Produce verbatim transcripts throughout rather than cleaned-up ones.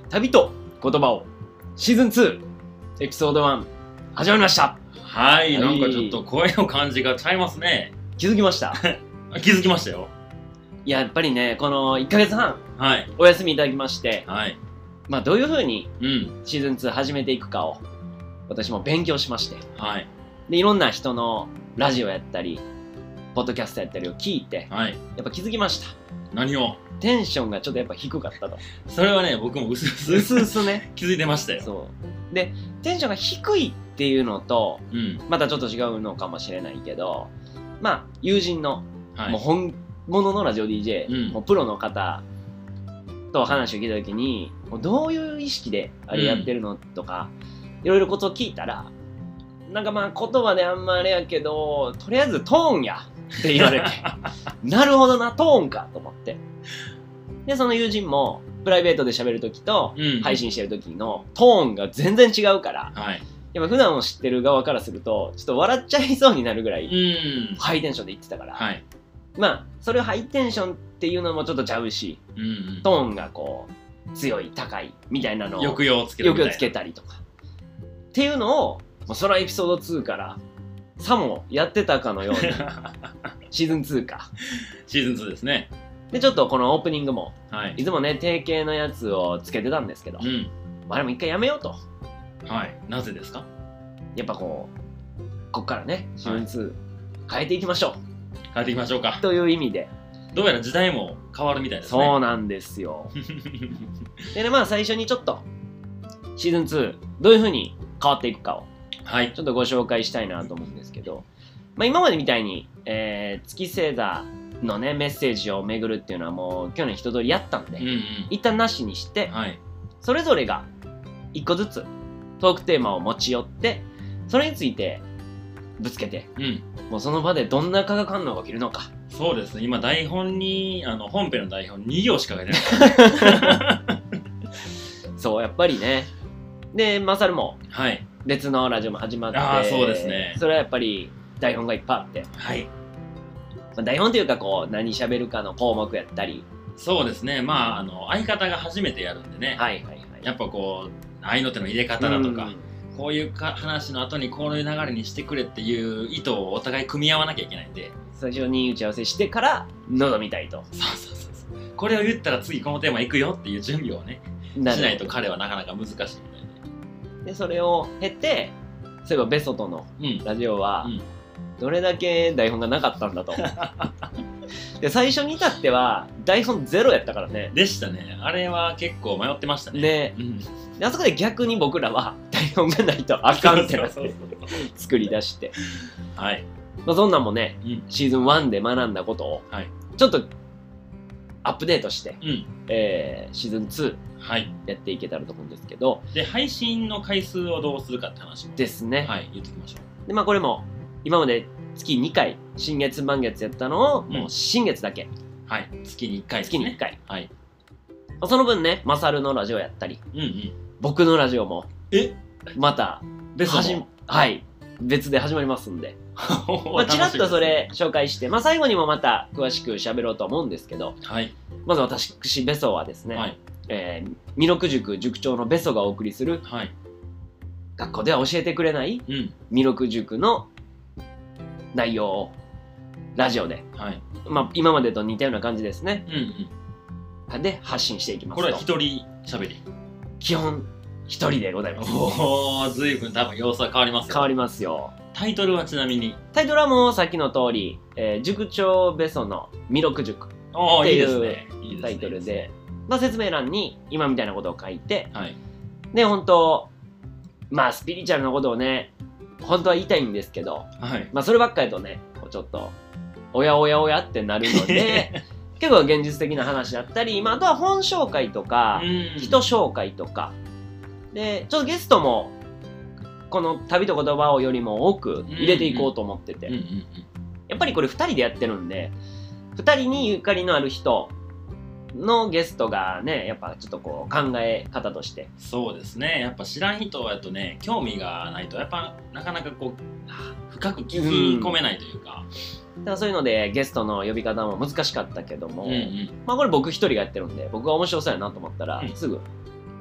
旅と言葉をシーズンツーエピソードワン始まりました。 はい、 はいなんかちょっと声の感じがちゃいますね。 気づきました。 気づきましたよ。 いや、やっぱりね、このいっかげつはんはいお休みいただきまして、 はい。 まあどういう風にうんシーズンツー始めていくかを私も勉強しまして、 はいでいろんな人のラジオやったりポッドキャストやったりを聞いて、 はい。 やっぱ気づきました。 何を？ テンションがちょっとやっぱ低かったと。 それはね、僕もうすうすうすうすね。 気づいてましたよ。 そうでテンションが低いっていうのとうんまたちょっと違うのかもしれないけど、まあ友人の、 はい。 もう本物のラジオ ディージェー、 うんもうプロの方と話を聞いた時に、もうどういう意識であれやってるの、とかいろいろことを聞いたら、なんかまあ言葉であんまあれやけど、とりあえずトーンやって言われてなるほどな、トーンかと思って、でその友人もプライベートで喋る時とうん配信してる時のトーンが全然違うから、 はい。 やっぱ普段を知ってる側からするとちょっと笑っちゃいそうになるぐらういん。 ハイテンションで言ってたから、 はい。 まあそれをハイテンションっていうのもちょっとちゃうし、 うんうん。 トーンがこう強い高いみたいなのを抑揚をつけるみたいな。 抑揚つけたりとかっていうのを、もうそのエピソードツーからさもやってたかのようにシーズンツーかシーズンツーですね。 でちょっとこのオープニングもはい。 いつもね定型のやつをつけてたんですけど、 うん。 まあでも一回やめようと。 はい。なぜですか？ やっぱこうこっからねシーズンツー変えていきましょ変えていきましょうかう。という意味で、 どうやら時代も変わるみたいですね。 そうなんですよ。でね、まあ最初にちょっとシーズンツーどういう風に変わっていくかをはい。 ちょっとご紹介したいなと思うんですけど、まあ、今までみたいに、えー、月星座のねメッセージを巡るっていうのはもう去年一通りやったんで、 うんうん。 一旦なしにして、 はい。 それぞれが一個ずつトークテーマを持ち寄ってそれについてぶつけて、 うん。 もうその場でどんな化学反応が起きるのか。 そうですね。今台本にあの本編の台本に行しか書いてない。 そうやっぱりね。でマサルもはい。 別のラジオも始まって、 あーそうですねそれはやっぱり台本がいっぱいあって、 はい。 まあ、台本というかこう何喋るかの項目やったり、 そうですね。まああの相方が初めてやるんでね。 はいはいはい、 やっぱこう愛の手の入れ方だとか、 うんこういうか話の後にこういう流れにしてくれっていう意図をお互い組み合わなきゃいけないんで。 最初に打ち合わせしてから臨みたいと。 そうそうそうそう。これを言ったら次このテーマ行くよっていう準備をねしなるないと彼はなかなか難しいみたいでそれを経て、そういえばベソとので。うん。 ラジオはうんどれだけ台本がなかったんだと。で最初に至っては台本ゼロやったからね。 でしたね。あれは結構迷ってましたね。 でうん。 であそこで逆に僕らは台本がないとあかんってなってそうそうそう作り出して、 はい。 まあ、そんなんもねうん。 シーズンワンで学んだことをはい。 ちょっとアップデートして、 うん。 えー、シーズンツはい。 ーやっていけたらと思うんですけどで、配信の回数をどうするかって話も。 ですね。 はい。言っておきましょう。 でまあこれも今まで月にかい新月満月やったのをもう新月だけ、 はい。月にいっかいですね。 月にいっかい、 はい。 まあその分ねマサルのラジオやったりうんうん。 僕のラジオもえまた別はじのはい別で始まりますんで、ままあ、ちらっとそれ紹介して、まあ、最後にもまた詳しく喋ろうと思うんですけど、 はい。 まず私ベソはですね、 はい。 えー、弥勒塾塾長のベソがお送りするはい。 学校では教えてくれないうん。 弥勒塾の内容をラジオで、 はい。 まあ、今までと似たような感じですねうんうん。 で発信していきますと。 これは一人喋り。 基本一人でございます。 おお、ずいぶん多分様子は変わりますよ。 変わりますよ。 タイトルはちなみに。 タイトルはもうさっきの通り、えー塾長ベソの弥勒塾おお、 っていいいうですね。いいですねタイトルで、まあ、説明欄に今みたいなことを書いて、 はい。 で本当まあスピリチュアルなことをね本当は言いたいんですけど、 はい。 まあそればっかりとねこうちょっとおやおやおやってなるので結構現実的な話だったり、まあ、あとは本紹介とかうん人紹介とかでちょっとゲストもこの旅と言葉をよりも多く入れていこうと思ってて、 うんうんうん。 やっぱりこれふたりでやってるんでふたりにゆかりのある人のゲストがねやっぱちょっとこう考え方としてそうですね。やっぱ知らん人やとね、興味がないと、やっぱなかなかこう、深く聞き込めないというか。 だからそういうのでゲストの呼び方も難しかったけども、 うんうん。 まあこれ僕一人がやってるんで僕が面白そうやなと思ったら、 うんすぐ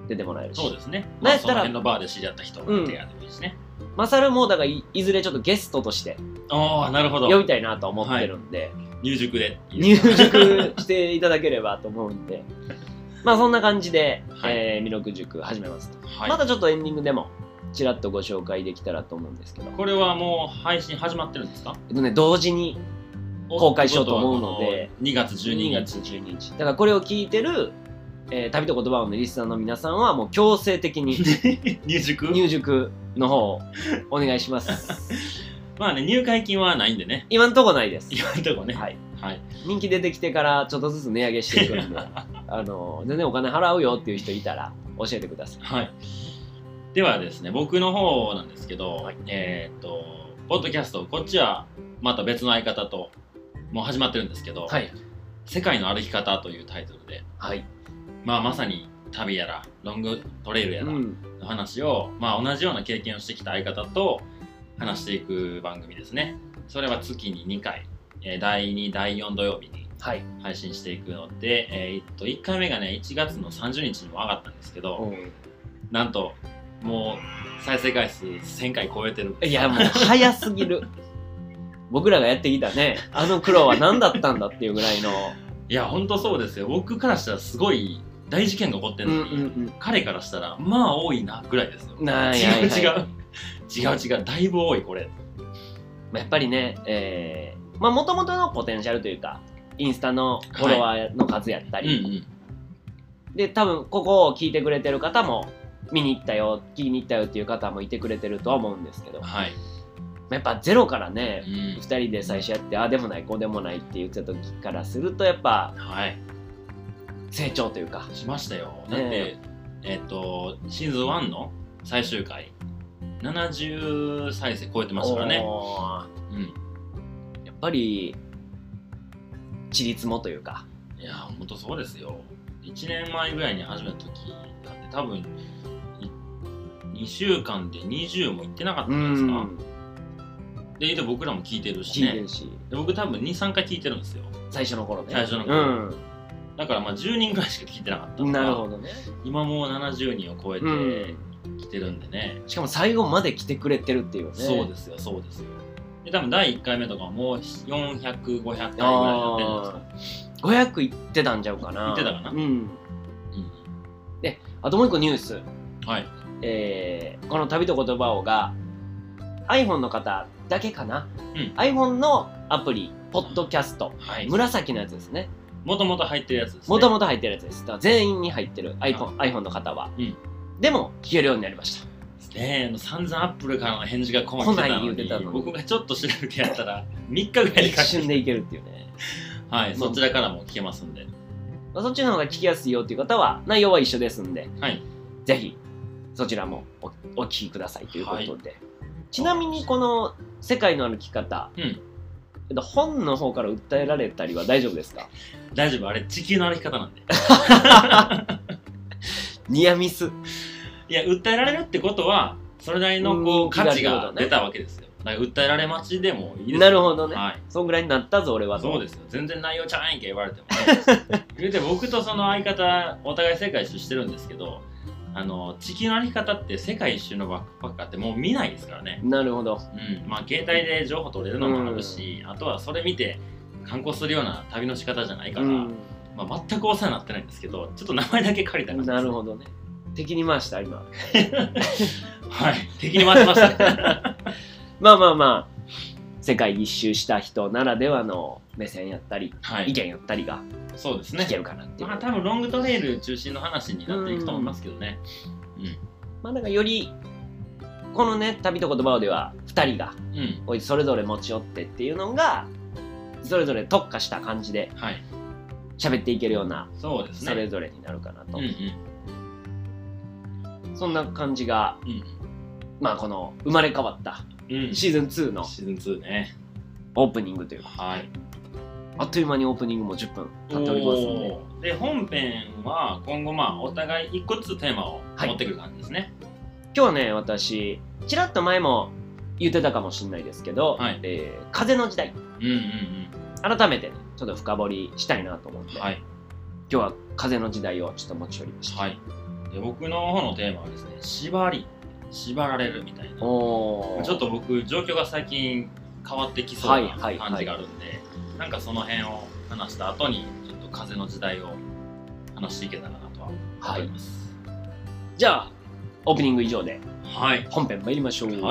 出てもらえるし、 そうですね。 なんやったらまあ、その辺のバーで知り合った人が手がでもいいしね。 マサルもだからい、いずれちょっとゲストとしてああ、なるほど。 呼びたいなと思ってるんで、 入塾でいい入ですか。 塾していただければと思うんで、まあそんな感じで、 はいえー、弥勒塾始めますと。 はい、 またちょっとエンディングでもちらっとご紹介できたらと思うんですけど、 これはもう配信始まってるんですか？ えっとね、同時に公開しようと思うので、 にがつじゅうににち。 にがつじゅうににち。だからこれを聞いてる、えー、旅と言葉をのリスナーの皆さんはもう強制的に入塾入塾の方をお願いします。 まあね、入会金はないんでね。 今んとこないです。 今のとこね。 はい。 はい。 人気出てきてからちょっとずつ値上げしていくんで、あの全然お金払うよっていう人いたら教えてください。 はい。ではですね、僕の方なんですけど、 はい、 えっと、ポッドキャスト、こっちはまた別の相方と、もう始まってるんですけど、 はい、 世界の歩き方というタイトルで、 はい、 まあまさに旅やら、ロングトレイルやらうん、 の話を、まあ同じような経験をしてきた相方と話していく番組ですね。それは月ににかい、えー、だいに、だいよん土曜日に配信していくので、えー、っといっかいめがね、いちがつのさんじゅうにちにも上がったんですけど、なんと、もう再生回数せんかい超えてる。 いや、もう早すぎる。僕らがやってきたね、あの苦労は何だったんだっていうぐらいの。 いや、ほんとそうですよ。僕からしたらすごい大事件が起こってるのに、 うんうんうん、 彼からしたらまあ多いなぐらいですよ。 な違う違う。違う違う。だいぶ多い、これ。 やっぱりね、えー、まあもともとのポテンシャルというか、インスタのフォロワーの数やったり、 はいうんうん、 で、多分ここを聞いてくれてる方も、見に行ったよ、聞きに行ったよっていう方もいてくれてるとは思うんですけど、 はい、 やっぱゼロからね、 うん、 ふたりで最初やってああでもないこうでもないって言ってた時からするとやっぱ、 はい、 成長というかしましたよ。だって、ね、えっとシーズンワンの最終回ななじゅう再生超えてますからね、うん、 やっぱりちりつもというか、 いやほんとそうですよ。いちねんまえぐらいに始めた時なんて多分にしゅうかんでにじゅうもいってなかったんじゃないですか。で, で僕らも聞いてるしね。 聞いてるしで僕多分に、さんかい聞いてるんですよ。 最初の頃ね。 最初の頃。うん、だからまあじゅうにんぐらいしか聞いてなかったのが。 なるほどね。 今もうななじゅうにんを超えて来てるんでね、 うん。しかも最後まで来てくれてるっていうね。 そうですよ、そうですよ。で多分だいいっかいめとかもうよんひゃく、ごひゃくかいぐらいやってるんですか。 ごひゃくいってたんちゃうかな。 いってたかな。 うん。うん、で、あともう一個ニュース。 はい。 えー、この旅と言葉をが iPhone の方だけかな、 うん、 iPhone のアプリポッドキャスト、 はい、 紫のやつですね。 もともと入ってるやつですね。 もともと入ってるやつです。だから全員に入ってる iPhone, iPhone の方は、うん、でも聞けるようになりましたね。え散々アップルからの返事が来ない言うてたのに僕がちょっと調べてやったらみっかぐらいで一瞬でいけるっていうね。 はい、そちらからも聞けますんで、 まあ、そっちの方が聞きやすいよっていう方は内容は一緒ですんで、 はい、 ぜひそちらも お, お聞きくださいということで、はい、ちなみにこの世界の歩き方、うん、本の方から訴えられたりは大丈夫ですか？ 大丈夫、あれ地球の歩き方なんでニアミス。 いや訴えられるってことはそれなりのこう価値が出たわけですよ。だから訴えられ待ちでもいいですよ。 なるほどね、 はい、 そんぐらいになったぞ俺は。 そうですよ、全然内容ちゃうんやんけ言われてもね言うて僕とその相方お互い世界一周してるんですけど、あの地球の歩き方って世界一周のバックパッカーってもう見ないですからね。 なるほど、 うん、まあ携帯で情報取れるのもあるし、うん、あとはそれ見て観光するような旅の仕方じゃないから、うん、まあ、全くお世話になってないんですけど、ちょっと名前だけ借りた感じです。 なるほどね。敵に回した今はい、敵に回しましたねまあまあまあ世界一周した人ならではの目線やったり、はい、意見やったりがそうですね、 聞けるかなっていう。 まあ多分ロングトレイル中心の話になっていくと思いますけどね。 うん、うん、まあだからよりこのね旅と言葉ではふたりが、うん、それぞれ持ち寄ってっていうのがそれぞれ特化した感じで喋っていけるような、 そうですね、 それぞれになるかなと、 うんうん、 そんな感じが、うん、まあこの生まれ変わったシーズンツーのシーズンツーね、 オープニングというか、 はい、 あっという間にオープニングもじゅっぷん経っておりますので、で本編は今後まあお互いいっこずつテーマを持ってくる感じですね。 はい、今日はね私ちらっと前も言ってたかもしれないですけど、はい、えー、風の時代、 うんうんうん、 改めてねちょっと深掘りしたいなと思って、はい、今日は風の時代をちょっと持ち寄りました。 はい、 で僕の方のテーマはですね、縛り縛られるみたいな、ちょっと僕状況が最近変わってきそうな感じがあるんで、なんかその辺を話した後にちょっと風の時代を話していけたらなとは思います、 はい、じゃあオープニング以上で、 はい、 本編参りましょう。 はい、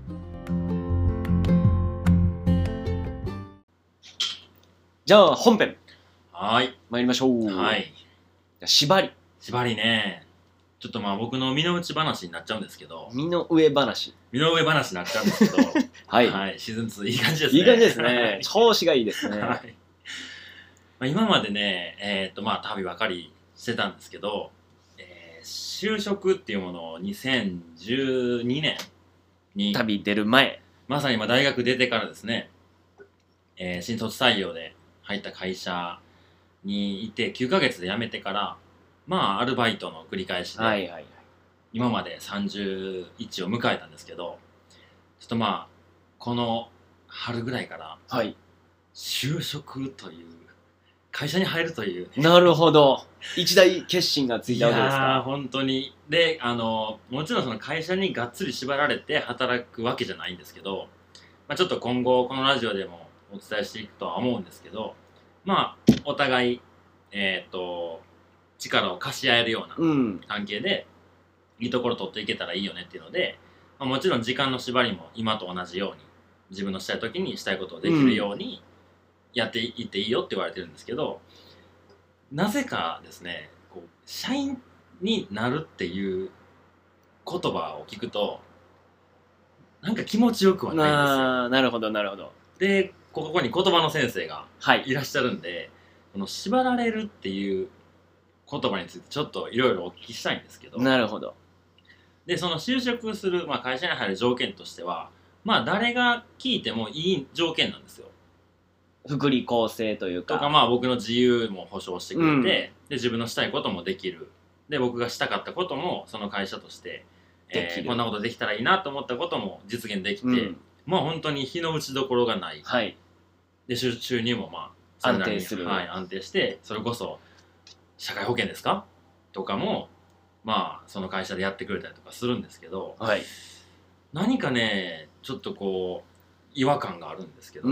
じゃあ本編はい参りましょう。 はい、 じゃあ縛り縛りね、ちょっとまあ僕の身の内話になっちゃうんですけど、 身の上話身の上話になっちゃうんですけどはい、 はい、シーズンツーいい感じですね。 いい感じですね。調子がいいですね。はい、まあ、今までね、えー、っとまあ旅ばかりしてたんですけど、えー、就職っていうものをにせんじゅうにねんに旅出る前、 まさに今大学出てからですね、えー、新卒採用で入った会社にいてきゅうかげつで辞めてから、まあアルバイトの繰り返しで、はいはいはい、今までさんじゅういちを迎えたんですけど、ちょっとまあこの春ぐらいから、はい、就職という会社に入るという、 ね、なるほど、一大決心がついたわけですか。 いやー本当に。で、あのもちろんその会社にがっつり縛られて働くわけじゃないんですけど、まあ、ちょっと今後このラジオでもお伝えしていくとは思うんですけど、まあお互いえっ、ー、と力を貸し合えるような関係で、うん、いいところ取っていけたらいいよねっていうので、まあ、もちろん時間の縛りも今と同じように自分のしたい時にしたいことをできるようにやっていっていいよって言われてるんですけど、なぜかですね、こう社員になるっていう言葉を聞くとなんか気持ちよくはないんですよ。 あ、なるほどなるほど。 でここに言葉の先生がいらっしゃるんで、はい、この縛られるっていう言葉についてちょっといろいろお聞きしたいんですけど。 なるほど。 でその就職する、まあ、会社に入る条件としては、まあ誰が聞いてもいい条件なんですよ。 福利厚生というか。 とか、まあ僕の自由も保障してくれて、うん、で自分のしたいこともできる。で僕がしたかったこともその会社として、えー、こんなことできたらいいなと思ったことも実現できて、うん、まあ本当に日の打ちどころがない。はい、で収入もまあ安定する、 はい、安定して、それこそ社会保険ですかとかもまあその会社でやってくれたりとかするんですけど、はい、何かねちょっとこう違和感があるんですけど、うん、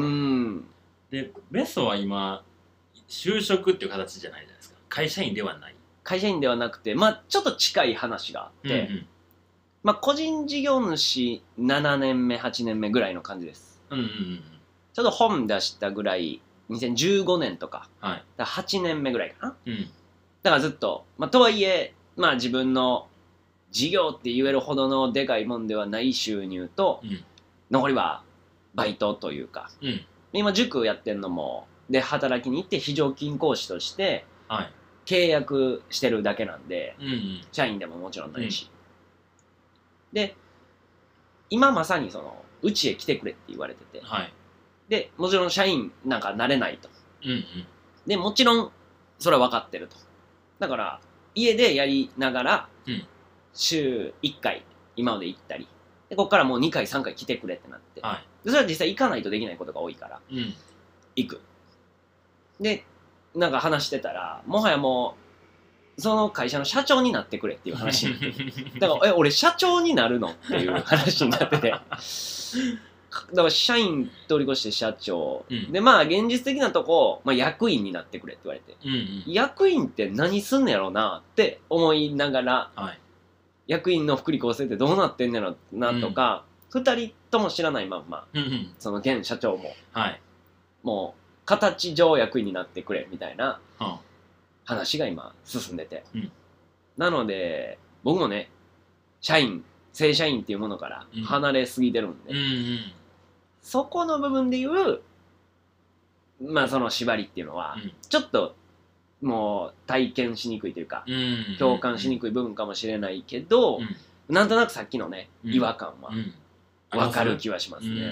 でベストは今就職っていう形じゃないじゃないですか。会社員ではない、 会社員ではなくて、まあちょっと近い話があって、うんうん、まあ個人事業主ななねんめはちねんめぐらいの感じです、うんうんうん、ちょっと本出したぐらいにせんじゅうごねんとか、はい、だからはちねんめぐらいかな、うん、だからずっと、まあ、とはいえまあ自分の事業って言えるほどのでかいもんではない収入と、うん、残りはバイトというか、うん、今塾やってんのもで働きに行って非常勤講師として契約してるだけなんで、はい、うんうん、社員でももちろんないし、うん、で今まさにそのうちへ来てくれって言われてて、はい、でもちろん社員なんかなれないと、うんうん、でもちろんそれは分かってると。だから家でやりながら、うん、週いっかい今まで行ったりでここからもうにかいさんかい来てくれってなって、はい、でそれは実際行かないとできないことが多いから、うん、行く。でなんか話してたらもはやもうその会社の社長になってくれっていう話になってだからえ俺社長になるのっていう話になっててだから社員通り越して社長、うん、でまあ現実的なとこ、まあ、役員になってくれって言われて、うんうん、役員って何すんのやろうなって思いながら、はい、役員の福利厚生ってどうなってんのやろなとか、うん、ふたりとも知らないまんま、うんうん、その現社長も、はい、もう形上役員になってくれみたいな話が今進んでて、うん、なので僕もね社員正社員っていうものから離れすぎてるんで、うんうんうん、そこの部分でいうまあその縛りっていうのはちょっともう体験しにくいというか、うんうんうん、共感しにくい部分かもしれないけど、うん、なんとなくさっきのね、うん、違和感は分かる気はしますね、うんうん、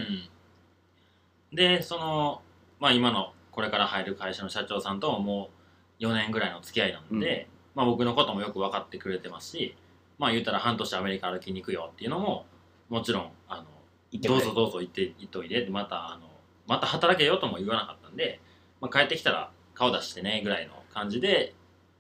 でそのまあ今のこれから入る会社の社長さんとももうよねんぐらいの付き合いなんで、うん、まあ僕のこともよく分かってくれてますし、まあ言ったら半年アメリカ歩きに行くよっていうのももちろんあのどうぞどうぞ行って行っといでまたあのまた働けよとも言わなかったんで、まあ、帰ってきたら顔出してねぐらいの感じで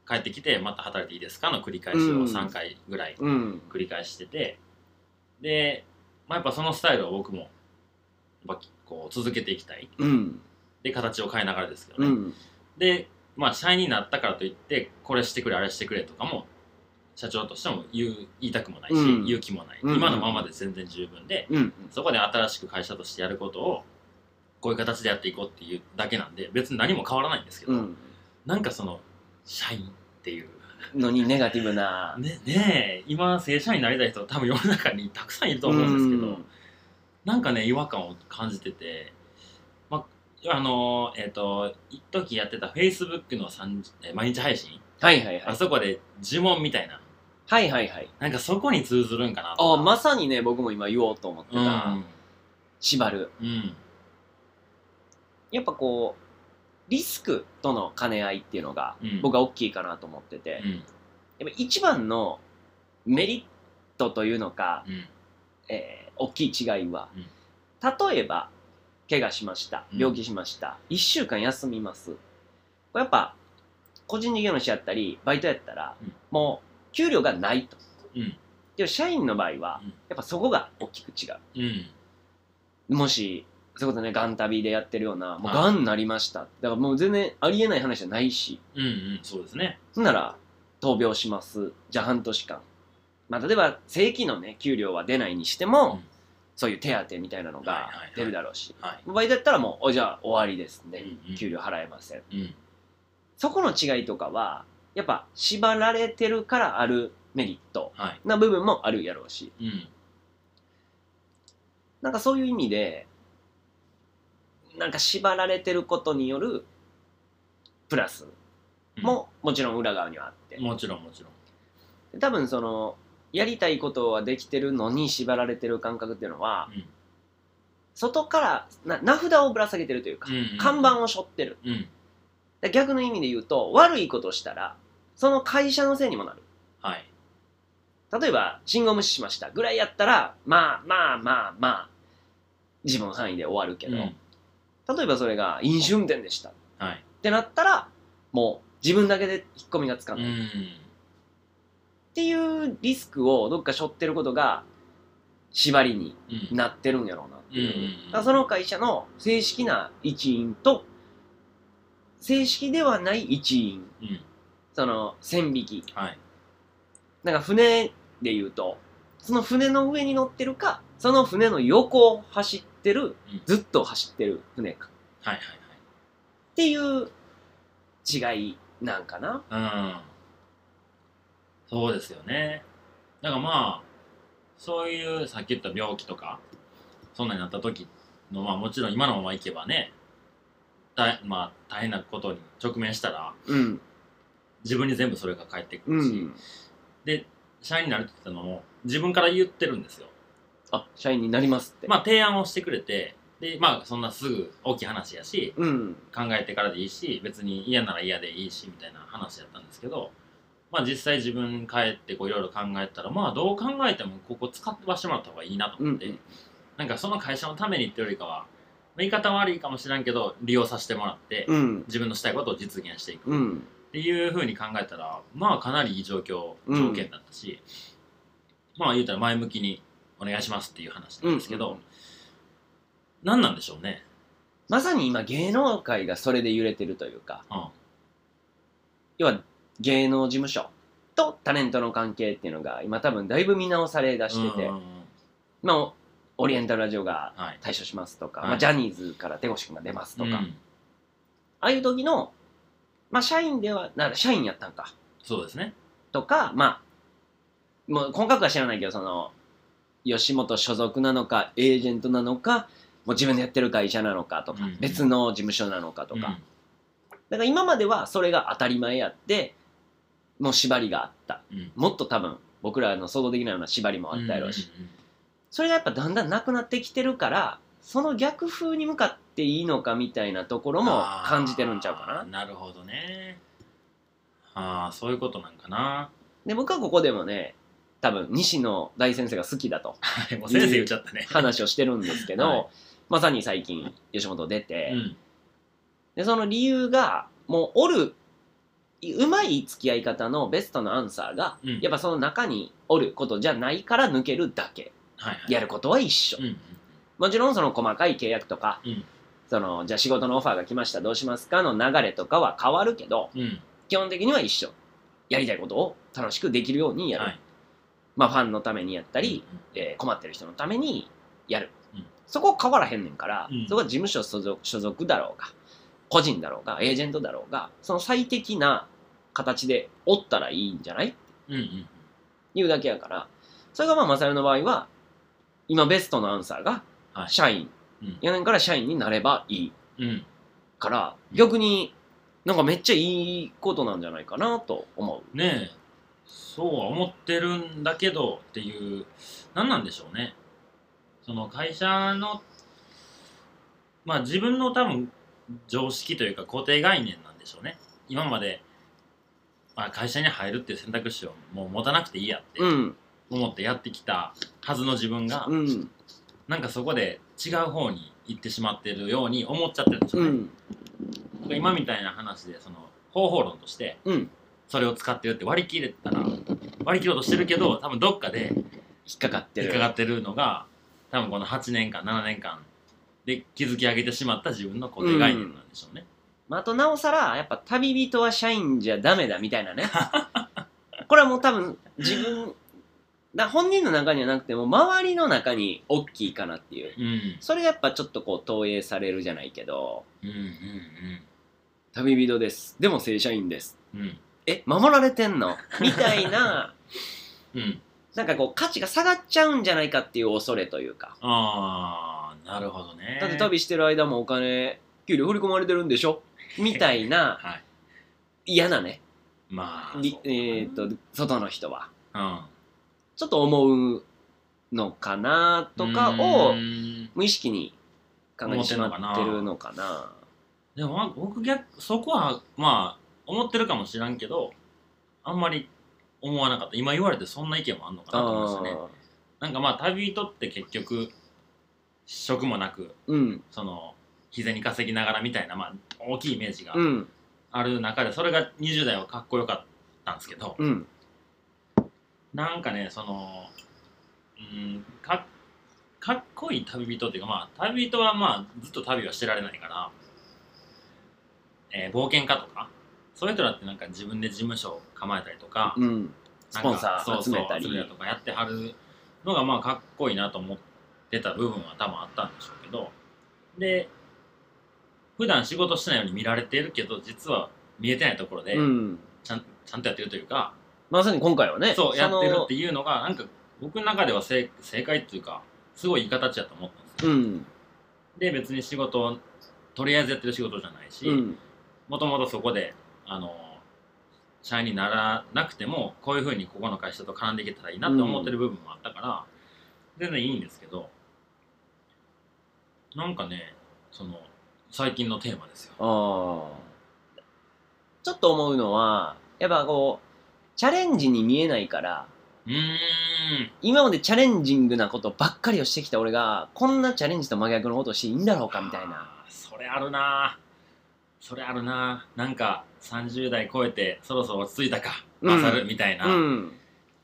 帰ってきてまた働いていいですかの繰り返しをさんかいぐらい繰り返してて、で、まあ、やっぱそのスタイルを僕もやっぱこう続けていきたい、うん、で形を変えながらですけどね、うん、で、まあ、社員になったからといってこれしてくれあれしてくれとかも社長としても言う言いたくもないし、うん、言う気もない、うん、今のままで全然十分で、うん、そこで新しく会社としてやることをこういう形でやっていこうっていうだけなんで別に何も変わらないんですけど、うん、なんかその社員っていうのにネガティブなねねえ今正社員になりたい人多分世の中にたくさんいると思うんですけど、うん、なんかね違和感を感じてて、まあのえっ、ー、と一時やってた Facebook の毎日配信、 はいはいはい、 あそこで呪文みたいな、 はいはいはい、 なんかそこに通ずるんかなと。 あ、まさにね僕も今言おうと思ってた、うん、縛る、うん、やっぱこうリスクとの兼ね合いっていうのが僕は大きいかなと思ってて、うん、やっぱ一番のメリットというのか、うん、えー、大きい違いは、うん、例えば怪我しました病気しました、うん、いっしゅうかん休みます、これやっぱ個人事業主やったりバイトやったら、うん、もう給料がないと、うん、でも社員の場合は、うん、やっぱそこが大きく違う、うん、もしそういうことね、ガン旅でやってるような、もうガンになりました。だからもう全然ありえない話じゃないし。 うんうん、そうですね。 そんなら、闘病します。じゃあ半年間。まあ、例えば、正規のね、給料は出ないにしても、うん、そういう手当みたいなのが出るだろうし。場合だったらもう、おじゃあ終わりですね。うんうん、給料払えません。うん、そこの違いとかは、やっぱ縛られてるからあるメリットな部分もあるやろうし。うん、なんかそういう意味で、なんか縛られてることによるプラスももちろん裏側にはあって、 うん、もちろんもちろん多分そのやりたいことはできてるのに縛られてる感覚っていうのは、うん、外からな名札をぶら下げてるというか、うんうん、看板を背負ってる、うん、逆の意味で言うと悪いことをしたらその会社のせいにもなる、はい、例えば信号無視しましたぐらいやったらまあまあまあまあ自分の範囲で終わるけど、うん例えばそれが飲酒運転でした、はい、ってなったらもう自分だけで引っ込みがつかない、うん、っていうリスクをどっか背負ってることが縛りになってるんやろうなっていう、うん、だからその会社の正式な一員と正式ではない一員、うん、その線引き、はい、なんか船でいうとその船の上に乗ってるかその船の横を走ってる、うん、ずっと走ってる船か、はいはいはい、っていう違いなんかな。うん、 そうですよね。だからまあそういうさっき言った病気とかそんなになった時のまあもちろん今のままいけばねだ、まあ、大変なことに直面したら、うん、自分に全部それが返ってくるし、うん、で社員になるって言ったのも自分から言ってるんですよ。 あ、社員になりますって。 まあ提案をしてくれて、でまあそんなすぐ大きい話やし、うん、考えてからでいいし、別に嫌なら嫌でいいしみたいな話やったんですけど、まあ実際自分帰ってこういろいろ考えたら、まあどう考えてもここ使ってはしてもらった方がいいなと思って、うん、なんかその会社のためにってよりかは、言い方悪いかもしれんけど利用させてもらって、うん、自分のしたいことを実現していく、うん、っていうふうに考えたら、まあかなりいい状況条件だったし、うん、まあ言うたら前向きにお願いしますっていう話なんですけど、うんうん、何なんでしょうね。 まさに今芸能界がそれで揺れてるというか、うん、要は芸能事務所とタレントの関係っていうのが今多分だいぶ見直されだしてて、うんうんうん、まあオリエンタルラジオが退所しますとか、はいまあ、ジャニーズから手越君が出ますとか、うん、ああいう時の、まあ、社員ではな社員やったんかそうですねとか、まあもう細かくは知らないけどその吉本所属なのかエージェントなのかもう自分でやってる会社なのかとか、うんうん、別の事務所なのかとか、うん、だから今まではそれが当たり前やってもう縛りがあった、うん、もっと多分僕らの想像できないような縛りもあったやろうし、うんうんうん、それがやっぱだんだんなくなってきてるからその逆風に向かっていいのかみたいなところも感じてるんちゃうかな。 なるほどね。ああそういうことなんかな。 で僕はここでもね多分西野大先生が好きだともう先生言っちゃったね話をしてるんですけど、はい、まさに最近吉本出て、うん、でその理由がもうおるうまい付き合い方のベストのアンサーが、うん、やっぱその中におることじゃないから抜けるだけ、はいはい、やることは一緒、うんうん、もちろんその細かい契約とか、うん、そのじゃあ仕事のオファーが来ましたどうしますかの流れとかは変わるけど、うん、基本的には一緒。やりたいことを楽しくできるようにやる、はい、まあファンのためにやったり、うんうん、えー、困ってる人のためにやる、うん、そこ変わらへんねんから、うん、そこは事務所所属、所属だろうが個人だろうがエージェントだろうがその最適な形でおったらいいんじゃない、うんうん、いうだけやから、それがまあマサルの場合は今ベストのアンサーが社員、はい、やねんから社員になればいい、うん、から逆になんかめっちゃいいことなんじゃないかなと思う。 ねえ、そうは思ってるんだけどっていう、何なんでしょうね。その会社のまあ自分の多分常識というか固定概念なんでしょうね。今まで、まあ、会社に入るっていう選択肢をもう持たなくていいやって思ってやってきたはずの自分が、うん、なんかそこで違う方に行ってしまってるように思っちゃってるんでしょうね。うん今みたいな話でその方法論としてそれを使ってるって割り切れたら割り切ろうとしてるけど多分どっかで引っかかってる引っかかってるのが多分このはちねんかんななねんかんで築き上げてしまった自分の固定概念なんでしょうね、 うん、あとなおさらやっぱ旅人は社員じゃダメだみたいなねこれはもう多分自分だ本人の中にはなくても周りの中に大きいかなっていう、うん、それがやっぱちょっとこう投影されるじゃないけど、うんうんうん、旅人ですでも正社員です、うん、え守られてんのみたいな、うん、なんかこう価値が下がっちゃうんじゃないかっていう恐れというかああなるほどねだって旅してる間もお金給料振り込まれてるんでしょみたいな、はい、嫌なねまあえー、っと外の人は、うんちょっと思うのかなとかを無意識に考えてしまってるのかな。 でも僕逆そこはまあ思ってるかもしらんけどあんまり思わなかった。今言われてそんな意見もあんのかなと思いましたね。なんかまあ旅人って結局職もなく、うん、その日銭稼ぎながらみたいな、まあ、大きいイメージがある中でそれがにじゅう代はかっこよかったんですけど、うんなんかね、その、うん、かかっこいい旅人っていうか、まあ、旅人はまあ、ずっと旅はしてられないから、えー、冒険家とか、そういう人だってなんか自分で事務所を構えたりとか、うん、 スポンサー集めたり。 そうそうとかやってはるのがまあ、かっこいいなと思ってた部分は多分あったんでしょうけど、で、普段仕事してないように見られているけど、実は見えてないところで、うん、ちゃん、ちゃんとやってるというか、 まさに今回はねそうやってるっていうのがなんか僕の中では正解っていうかすごいいい形だと思ったんですよ、うん、で別に仕事をとりあえずやってる仕事じゃないしもともとそこであの社員にならなくてもこういうふうにここの会社と絡んでいけたらいいなって思ってる部分もあったから、うん、全然いいんですけどなんかねその最近のテーマですよ。あちょっと思うのはやっぱこうチャレンジに見えないからうーん今までチャレンジングなことばっかりをしてきた俺がこんなチャレンジと真逆のことをしていいんだろうかみたいなそれあるなそれあるななんかさんじゅう代超えてそろそろ落ち着いたかマサルみたいな、うん、うんうんうん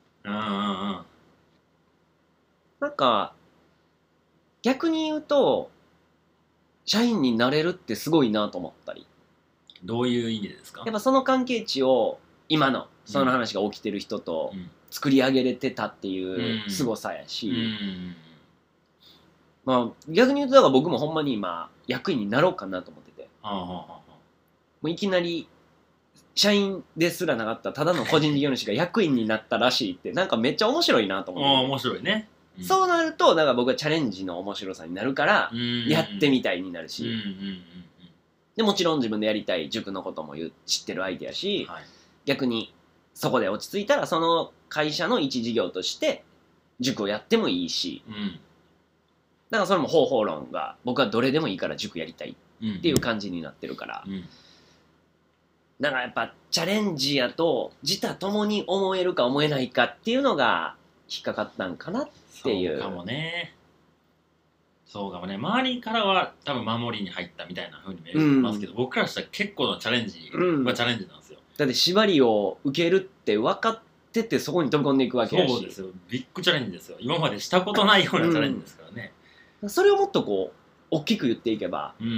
なんか逆に言うと社員になれるってすごいなと思ったりどういう意味ですか？ やっぱその関係値を今のその話が起きてる人と作り上げれてたっていう凄さやし、うんうん、まあ逆に言うとだから僕もほんまに今役員になろうかなと思ってて、はあはあはあ、もういきなり社員ですらなかったただの個人事業主が役員になったらしいってなんかめっちゃ面白いなと思って、 あ面白いね、 うん、そうなるとだから僕はチャレンジの面白さになるからやってみたいになるし、うんうんうん、でもちろん自分でやりたい塾のことも知ってる相手やし、はい逆にそこで落ち着いたらその会社の一事業として塾をやってもいいし、うん、だからそれも方法論が僕はどれでもいいから塾やりたいっていう感じになってるから、うんうん、だからやっぱチャレンジやと自他ともに思えるか思えないかっていうのが引っかかったんかなっていう。 そうかもねそうかもね周りからは多分守りに入ったみたいな風に見えますけど、うん、僕からしたら結構なチャレンジはチャレンジなんですよ。 だって縛りを受けるって分かっててそこに飛び込んでいくわけやし。 そうですよ、ビッグチャレンジですよ。今までしたことないようなチャレンジですからね、 うん、それをもっとこう大きく言っていけば、 うん、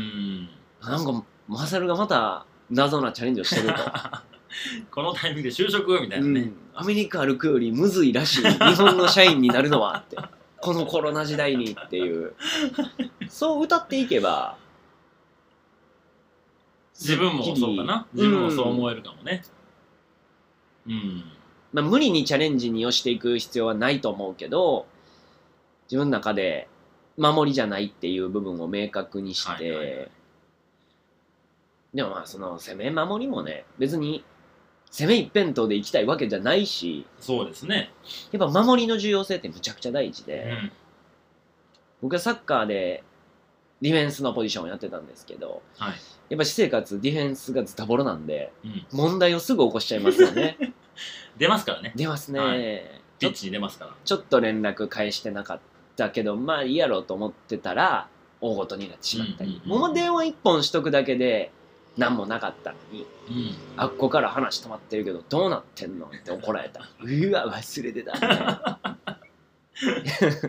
なんかマサルがまた謎なチャレンジをしてるとこのタイミングで就職みたいなね、うん、 アメリカ歩くよりむずいらしい日本の社員になるのはってこのコロナ時代にっていうそう歌っていけば自分もそうかな、自分もそう思えるかもね。うん、うん、 まあ、無理にチャレンジにをしていく必要はないと思うけど、自分の中で守りじゃないっていう部分を明確にして、はいはいはい、でもまあその攻め守りもね別に攻め一辺倒でいきたいわけじゃないし、 そうですね、 やっぱ守りの重要性ってむちゃくちゃ大事で、 うん、 僕はサッカーでディフェンスのポジションをやってたんですけど、 はい、 やっぱ私生活ディフェンスがズタボロなんで、 うん、 問題をすぐ起こしちゃいますよね出ますからね、 出ますね、はい、 ピッチに出ますから。 ちょっと連絡返してなかったけどまあいいやろうと思ってたら大ごとになってしまったり、うんうんうん、もう電話一本しとくだけで何もなかったのに、 うん、 あっこから話止まってるけどどうなってんのって怒られたうわ忘れてたね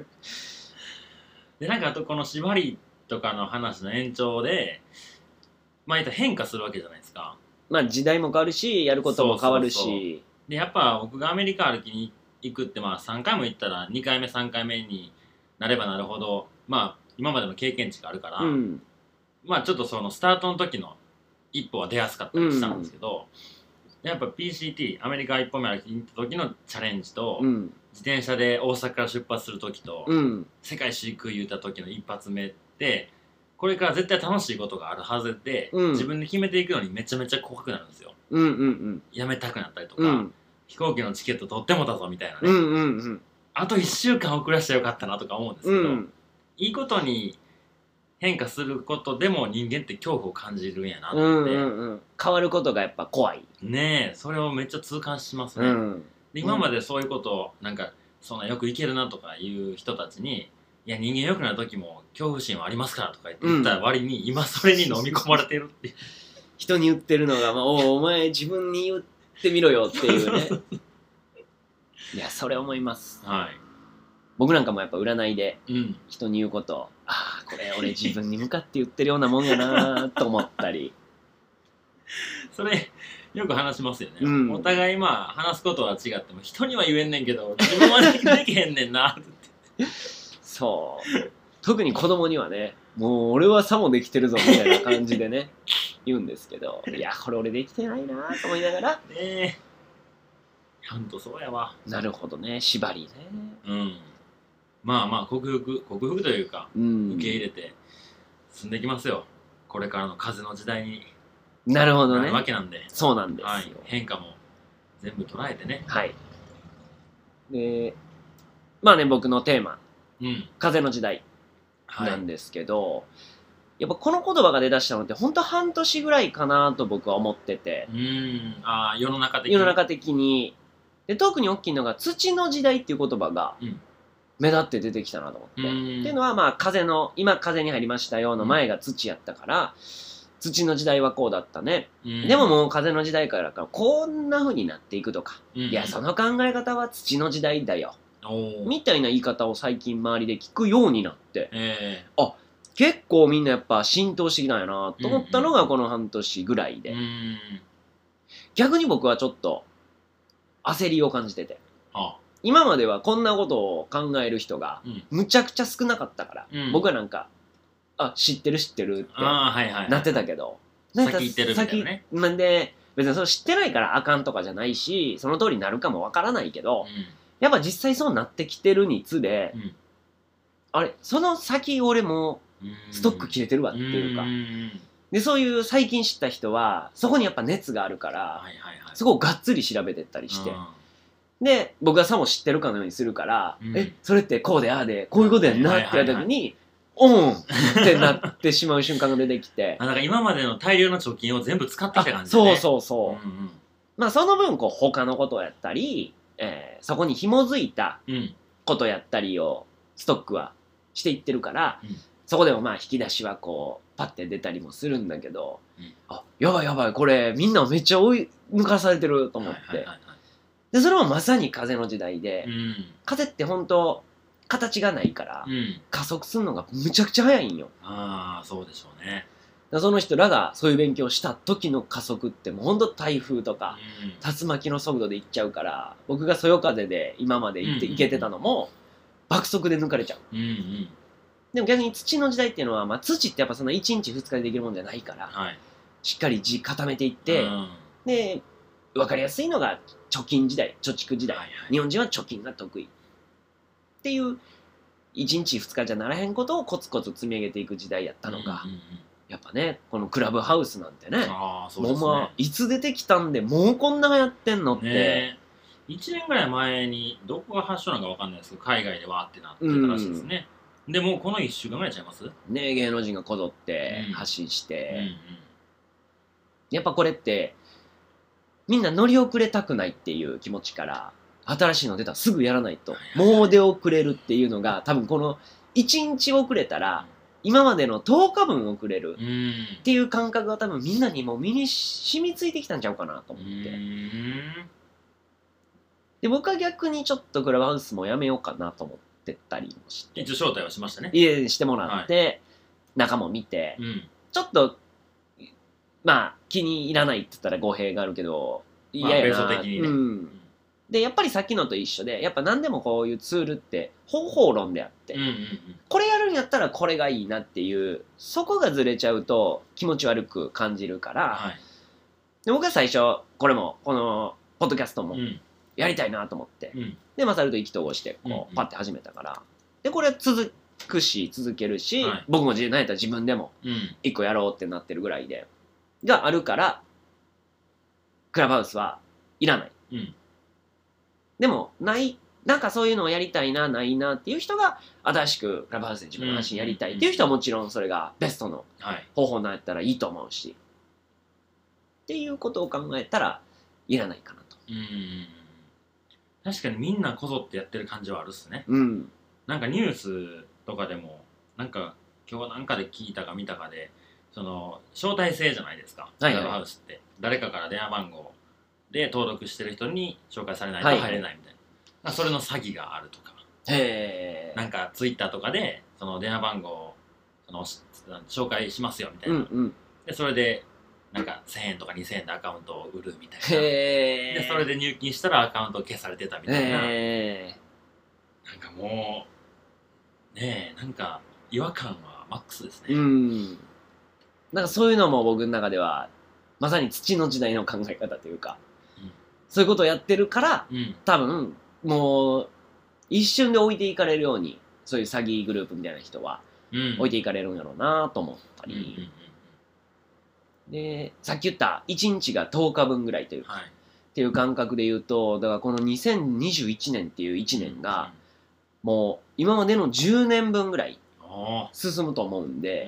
でなんかあとこの縛りとかの話の延長でまあ言ったら変化するわけじゃないですか。 まあ時代も変わるしやることも変わるし、そうそうそう、 でやっぱ僕がアメリカ歩きに行くってまあさんかいも行ったらにかいめさんかいめになればなるほどまあ今までの経験値があるから、うん、まあちょっとそのスタートの時の一歩は出やすかったりしたんですけど、うん、やっぱ ピーシーティー アメリカ一歩目歩きに行った時のチャレンジと、うん、自転車で大阪から出発する時と、うん、世界一周行く言った時の一発目ってこれから絶対楽しいことがあるはずで、うん、自分で決めていくのにめちゃめちゃ怖くなるんですよ、うんうんうん、やめたくなったりとか、うん、飛行機のチケット取ってもたぞみたいなね、うんうんうん、あといっしゅうかん遅らしたらよかったなとか思うんですけど、うん、いいことに変化することでも人間って恐怖を感じるんやなって、うんうんうん、 変わることがやっぱ怖いねえ、それをめっちゃ痛感しますね、うん、で今までそういうことをなんかそんなよくいけるなとかいう人たちにいや人間良くなる時も恐怖心はありますからとか言って言った割に、うん、今それに飲み込まれてるっていう人に言ってるのが、まあ、お, お前自分に言ってみろよっていうねいやそれ思います、 はい、 僕なんかもやっぱ占いで人に言うこと、うん、ああこれ俺自分に向かって言ってるようなもんやなと思ったりそれよく話しますよね、うん、お互いまあ話すことは違っても人には言えんねんけど自分はできへんねんなってそう特に子供にはねもう俺はさもできてるぞみたいな感じでね言うんですけどいやこれ俺できてないなと思いながらねえほんとそうやわ。 なるほどね縛りねうんまあまあ克服克服というか、うん、受け入れて進んでいきますよこれからの風の時代になるほどねなるわけなんでそうなんですよ、 はい、変化も全部捉えてねはいでまあね僕のテーマ、うん、風の時代なんですけど、はい、やっぱこの言葉が出だしたのって本当半年ぐらいかなと僕は思っててうんあ世の中的に世の中的にで特に大きいのが土の時代っていう言葉が、うん目立って出てきたなと思って。っていうのはまあ風の今風に入りましたよの前が土やったから、うん、土の時代はこうだったね、うん、でももう風の時代からかこんな風になっていくとか、うん、いやその考え方は土の時代だよみたいな言い方を最近周りで聞くようになって、えー、あ結構みんなやっぱ浸透してきたんやなと思ったのがこの半年ぐらいで、うんうん、逆に僕はちょっと焦りを感じてて。あ今まではこんなことを考える人がむちゃくちゃ少なかったから、うん、僕はなんかあ知ってる知ってるってなってたけど、 はいはいはい、先行ってるみたいなね先で別にそれ知ってないからあかんとかじゃないしその通りになるかもわからないけど、うん、やっぱ実際そうなってきてるにつれ、うん、あれその先俺もストック切れてるわっていうか、うんでそういう最近知った人はそこにやっぱ熱があるから、はいはいはい、そこをがっつり調べてったりして。うんで僕がさも知ってるかのようにするから、うん、えそれってこうでああでこういうことやんなって言った時に、オンってなってしまう瞬間が出てきてあなんか今までの大量の貯金を全部使ってきた感じだね。そうそうそう、うんうん、まあその分こう他のことをやったり、えー、そこに紐づいたことやったりをストックはしていってるから、うん、そこでもまあ引き出しはこうパッて出たりもするんだけど、うん、あやばいやばいこれみんなめっちゃ多い抜かされてると思って、でそれもまさに風の時代で、うん、風って本当形がないから、うん、加速するのがむちゃくちゃ速いんよ。 ああ、そうでしょうね。 その人らがそういう勉強をした時の加速ってもうほんと台風とか、うん、竜巻の速度で行っちゃうから、僕がそよ風で今まで行って行けてたのも爆速で抜かれちゃう、うんうん、でも逆に土の時代っていうのは、まあ、土ってやっぱそんないちにちふつかでできるもんじゃないから、はい、しっかり地固めていって、うん、で分かりやすいのが貯金時代、貯蓄時代、はいはい、日本人は貯金が得意っていういちにちふつかじゃならへんことをコツコツ積み上げていく時代やったのが、うんうんうん、やっぱねこのクラブハウスなんてね、あ、そうですね、もうまあいつ出てきたんでもうこんながやってんのって、ね、 いちねんぐらい前にどこが発祥なのか分かんないですけど海外でわーってなってたらしいですね、うん、でもうこのいっしゅうかんぐらいちゃいますね、芸能人がこぞって発信して、うんうんうん、やっぱこれってみんな乗り遅れたくないっていう気持ちから新しいの出たらすぐやらないともう出遅れるっていうのが多分このいちにち遅れたら今までのとおかぶん遅れるっていう感覚が多分みんなにも身に染みついてきたんちゃうかなと思って、で僕は逆にちょっとクラブハウスもやめようかなと思ってたりもして一応招待はしましたね、 家してもらって、はい、中も見て、うん、ちょっとまあ気に入らないって言ったら語弊があるけど嫌やな、まあ、的にね、うん、でやっぱりさっきのと一緒でやっぱ何でもこういうツールって方法論であって、うんうんうん、これやるんやったらこれがいいなっていうそこがずれちゃうと気持ち悪く感じるから、はい、で僕は最初これもこのポッドキャストもやりたいなと思って、うん、でマサルと意気投合してこうパッて始めたから、でこれ続くし続けるし、はい、僕も何やったら自分でも一個やろうってなってるぐらいでがあるからクラブハウスはいらない、うん、でもないなんかそういうのをやりたいなないなっていう人が新しくクラブハウスで自分の発信やりたいっていう人はもちろんそれがベストの方法なんやったらいいと思うし、はい、っていうことを考えたらいらないかなと。うん、 確かにみんなこぞってやってる感じはあるっすね、うん、なんかニュースとかでもなんか今日なんかで聞いたか見たかでその招待制じゃないですか、クラブハウスって誰かから電話番号で登録してる人に紹介されないと入れないみたいな、はい、それの詐欺があるとか、へなんかツイッターとかでその電話番号をその紹介しますよみたいな、うんうん、でそれでなんかせんえんとかにせんえんでアカウントを売るみたいな、へでそれで入金したらアカウント消されてたみたいな、へなんかもうねえなんか違和感はマックスですね。うん、 なんかそういうのも僕の中ではまさに土の時代の考え方というか、うん、そういうことをやってるから、うん、多分もう一瞬で置いていかれるようにそういう詐欺グループみたいな人は置いていかれるんやろうなと思ったり、うんうんうんうん、でさっき言ったいちにちがとおかぶんぐらいというか、はい、っていう感覚で言うとだからこのにせんにじゅういちねんっていういちねんが、うん、もう今までのじゅうねんぶんぐらい進むと思うんで、うん、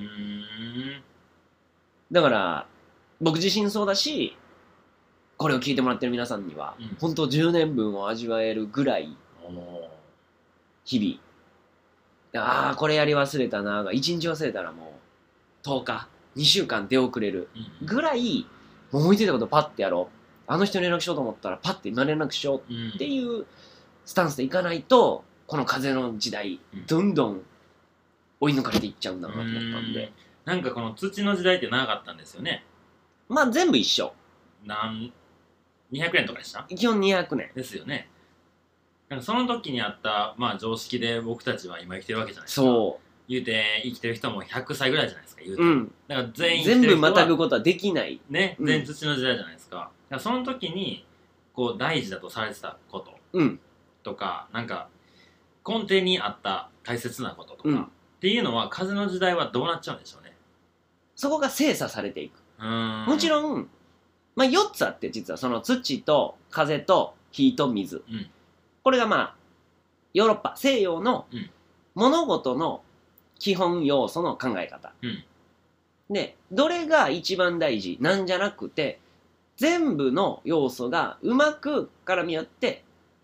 だから僕自身そうだしこれを聞いてもらってる皆さんには、うん、本当じゅうねんぶんを味わえるぐらい日々ああこれやり忘れたながいちにち忘れたらもうとおかにしゅうかん出遅れるぐらい、うん、思いついたことパッてやろうあの人に連絡しようと思ったらパッて今連絡しようっていうスタンスでいかないとこの風の時代、うん、どんどん追い抜かれていっちゃうんだなと思ったんで、 んなんかこの土の時代って長かったんですよね。 まあ全部一緒。 なんにひゃくねんとかでした？ 基本にひゃくねんですよね。なんかその時にあった、まあ、常識で僕たちは今生きてるわけじゃないですか。そう言うて生きてる人もひゃくさいぐらいじゃないですか言うて、うん、だから全員全部またぐことはできないね、全土の時代じゃないですか。だからその時にこう大事だとされてたこと、うん、とかなんか根底にあった大切なこととか、うん、っていうのは風の時代はどうなっちゃうんでしょうね。 そこが精査されていく。もちろん、まあ、よっつあって実はその土と風と火と水、うん、これがまあヨーロッパ西洋の物事の基本要素の考え方、うん、でどれが一番大事なんじゃなくて全部の要素がうまく絡み合って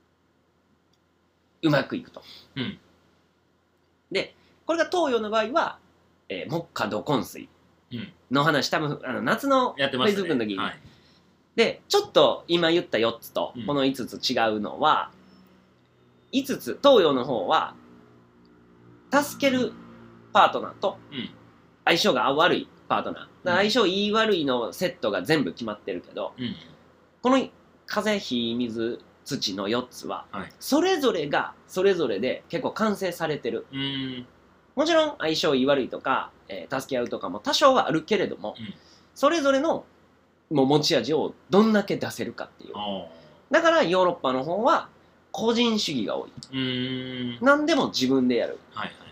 うまくいくと、うん、でこれが東洋の場合は、えー、木火土金水の話多分あの夏のフェイスブックの時にでちょっと今言ったよっつとこのいつつ違うのは、うん、いつつ東洋の方は助けるパートナーと相性が悪いパートナー、うん、相性いい悪いのセットが全部決まってるけど、うん、この風火水土のよっつは、はい、それぞれがそれぞれで結構完成されてる。うん、もちろん相性いい悪いとか、えー、助け合うとかも多少はあるけれども、うん、それぞれのもう持ち味をどんだけ出せるかっていう。だからヨーロッパの方は個人主義が多い。うーん、何でも自分でやる。はいはい、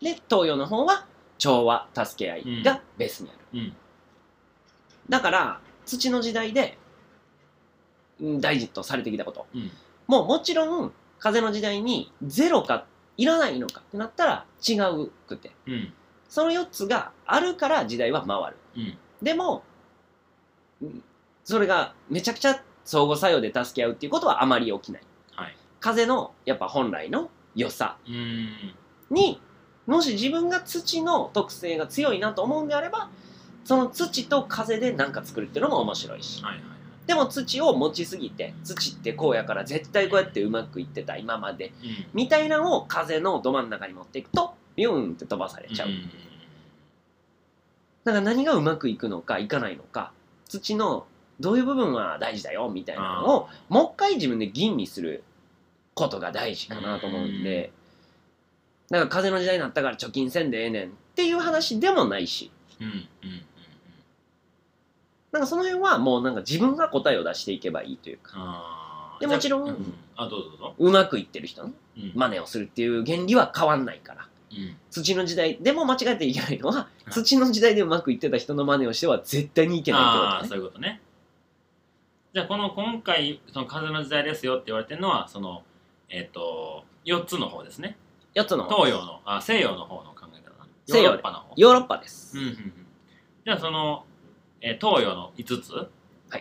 で東洋の方は調和助け合いがベースにある。うんうん、だから土の時代で大事とされてきたこと、うん、もうもちろん風の時代にゼロかいらないのかってなったら違うくて、うん、そのよっつがあるから時代は回る。うん、でもそれがめちゃくちゃ相互作用で助け合うっていうことはあまり起きない。はい、風のやっぱ本来の良さにもし自分が土の特性が強いなと思うんであればその土と風で何か作るっていうのも面白いし、はいはいはい、でも土を持ちすぎて土ってこうやから絶対こうやってうまくいってた今まで、うん、みたいなのを風のど真ん中に持っていくとビューンって飛ばされちゃう。うん、だから何がうまくいくのかいかないのか土のどういう部分は大事だよみたいなのをもう一回自分で吟味することが大事かなと思うんで、だから風の時代になったから貯金せんでええねんっていう話でもないし、うんうんうんうん、なんかその辺はもうなんか自分が答えを出していけばいいというか、あでもちろん、うん、 あどうぞどうぞうまくいってる人の真似をするっていう原理は変わんないから、うん、土の時代でも間違えていけないのは、うん、土の時代でうまくいってた人の真似をしては絶対にいけないってことね。 あそういうことね。じゃあこの今回その風の時代ですよって言われてるのはそのえっ、ー、とよっつの方ですね。 よっつの方東洋のあ西洋の方の考え方。 ヨーロッパの方。ヨーロッパです。うんうんうん、 じゃあその、えー、東洋のいつつ、はい、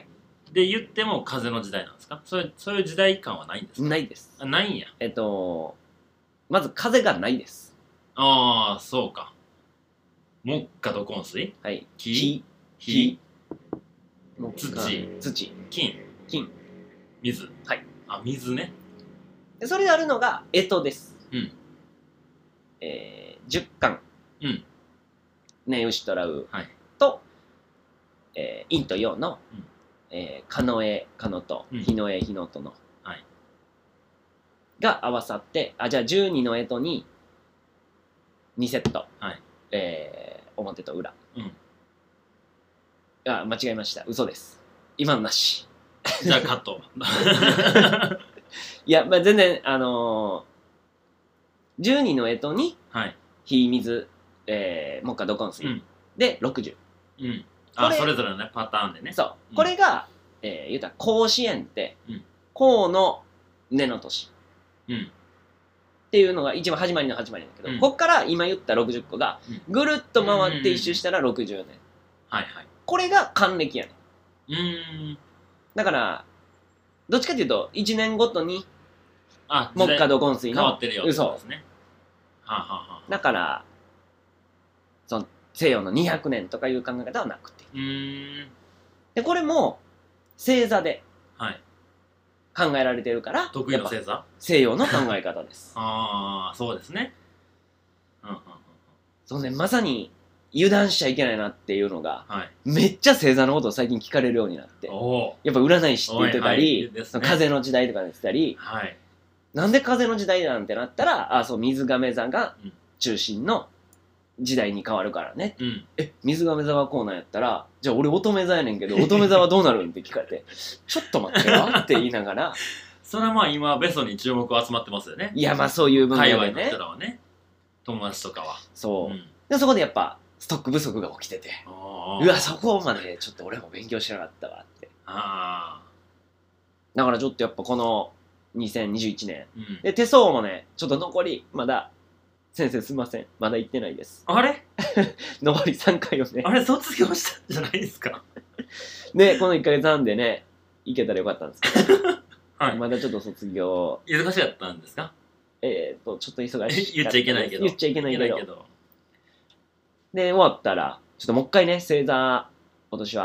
で言っても風の時代なんですか？そういうそういう時代感はないんですか？ ないです。 あないんや。 えっ、ー、とまず風がないです。 ああそうか。木火土金水。 はい。 木火土土金金水。はい。あ水ね。 でそれであるのが干支です。うん。えー、十干。うん。ね牛とらう、はい、と、えー、陰と陽の、うんえー、かのえかのと、日のえ日のとの、はい、が合わさってあじゃあじゅうにの干支ににセット、はいえー、表と裏。うんあ間違えました嘘です今のなしじゃあカットいや、まあ、全然あのー、じゅうにの干支に火水、えー、木火土金水、うん、でろくじゅう、うん、 あそれぞれの、ね、パターンでねそう、うん、これが、えー、言うたら甲子園って、うん、甲の根の年、うん、っていうのが一番始まりの始まりなんだけど、うん、こっから今言ったろくじゅっこがぐるっと回って一周したらろくじゅうねん、 はいはいこれが還暦やねん。 うーんだからどっちかっていうといちねんごとに木火土金水の変わってるよ嘘ですね。はあはあはあ、だからその西洋のにひゃくねんとかいう考え方はなくて、うーんでこれも星座で考えられてるから、はい、 得意の星座西洋の考え方です。 ああそうですね。 うんうんうん、そうねまさに油断しちゃいけないなっていうのが、はい、めっちゃ星座のことを最近聞かれるようになってやっぱ占い師って言ってたり、はいね、風の時代とか言ってたり、はい、なんで風の時代なんてなったらあそう水亀座が中心の時代に変わるからね、うん、え水亀座がこうなんやったらじゃあ俺乙女座やねんけど乙女座はどうなるんって聞かれてちょっと待ってよって言いながらそれはまあ今ベソに注目集まってますよね。 いやまあそういう分野でね界隈の人らはね友達とかはそう、うん、でそこでやっぱストック不足が起きててうわそこまでちょっと俺も勉強しなかったわってあだからちょっとやっぱこのにせんにじゅういちねん、うん、で手相もねちょっと残りまだ先生すいませんまだ行ってないです。 あれ残りさんかいをねあれ卒業したんじゃないですかねこのいっかげつはんでね行けたらよかったんですけど、はい、まだちょっと卒業忙しかったんですか？ えっとちょっと忙しい言っちゃいけないけど言っちゃいけないけどで終わったらちょっともう一回ね星座今年は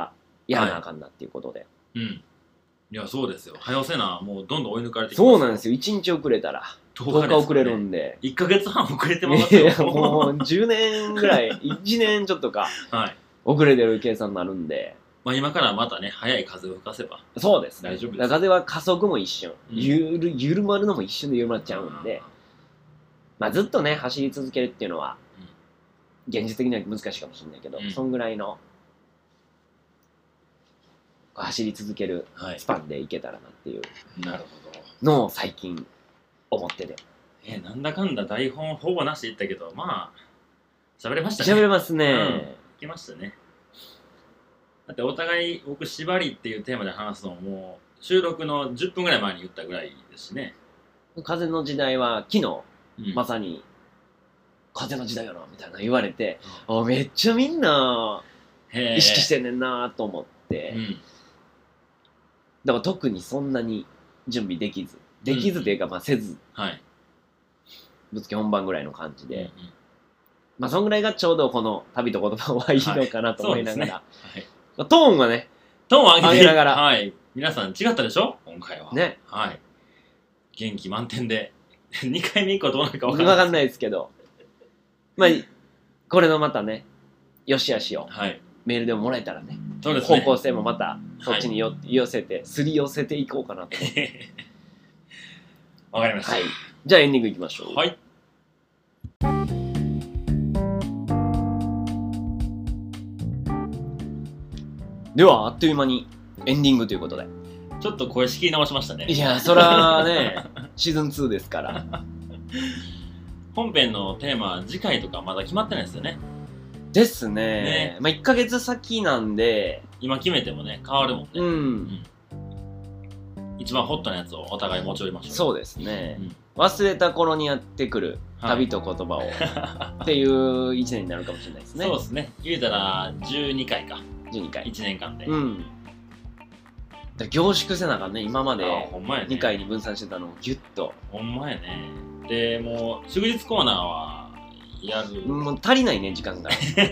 やらなあかんなっていうことで、はい、 うん、いやそうですよ。早せなもうどんどん追い抜かれてきます。そうなんですよ。いちにち遅れたらとおか遅れるんで、 いっかげつはん遅れてますよ。 いやもうじゅうねんぐらいいちねんちょっとか遅れてる計算になるんで、 まあ今からまたね早い風を吹かせばそうです、ね、 大丈夫です。 風は加速も一瞬、うん、ゆる緩まるのも一瞬で緩まっちゃうんで、まあずっとね走り続けるっていうのは、うん、現実的には難しいかもしれないけど、うん、そんぐらいの走り続けるスパンでいけたらなっていうのを最近思ってて、 えー、なんだかんだ台本ほぼなしで言ったけど、まあ喋れましたね。 喋れますね、うん、 いけましたね。だってお互い僕縛りっていうテーマで話すのもう収録のじゅっぷんぐらい前に言ったぐらいですしね。 風の時代は昨日、うん、まさに風の時代やなみたいな言われて、うん、あめっちゃみんな意識してんねんなと思って、うん、だから特にそんなに準備できずできずというか、まあせず、 はい、 ぶつけ本番ぐらいの感じで、うんうん、まあそんぐらいがちょうどこの旅と言葉はいいのかなと思いながら、はいねはい、トーンはねトーンを上げてながら、はい、皆さん違ったでしょ今回はね、 はい、元気満点でにかいめ以降どうなるか分からない分かんないですけど、まあこれのまたね良し悪しを、はい、メールでももらえたらね、そうですね、方向性もまたそっちによ、はい、寄せてすり寄せていこうかなと思ってわかりました、 はい、じゃあエンディングいきましょう。 はい。 ではあっという間にエンディングということで、 ちょっと声仕切り直しましたね。 いやそらねシーズンツーですから本編のテーマ次回とかまだ決まってないですよね。 ですね。ね、まあいっかげつ先なんで今決めてもね変わるもんね。 うん、うん、 一番ホットなやつをお互い持ち寄りましょう。 そうですね、うん、忘れた頃にやってくる旅と言葉を、はい、っていういちねんになるかもしれないですね。 そうですね。言うたらじゅうにかいか。 じゅうにかい。 いちねんかんで。 うん。だ凝縮せなあかんね。今までにかいに分散してたのをギュッと。 ほんまやね。で、もう祝日コーナーはやる。 もう足りないね、時間が。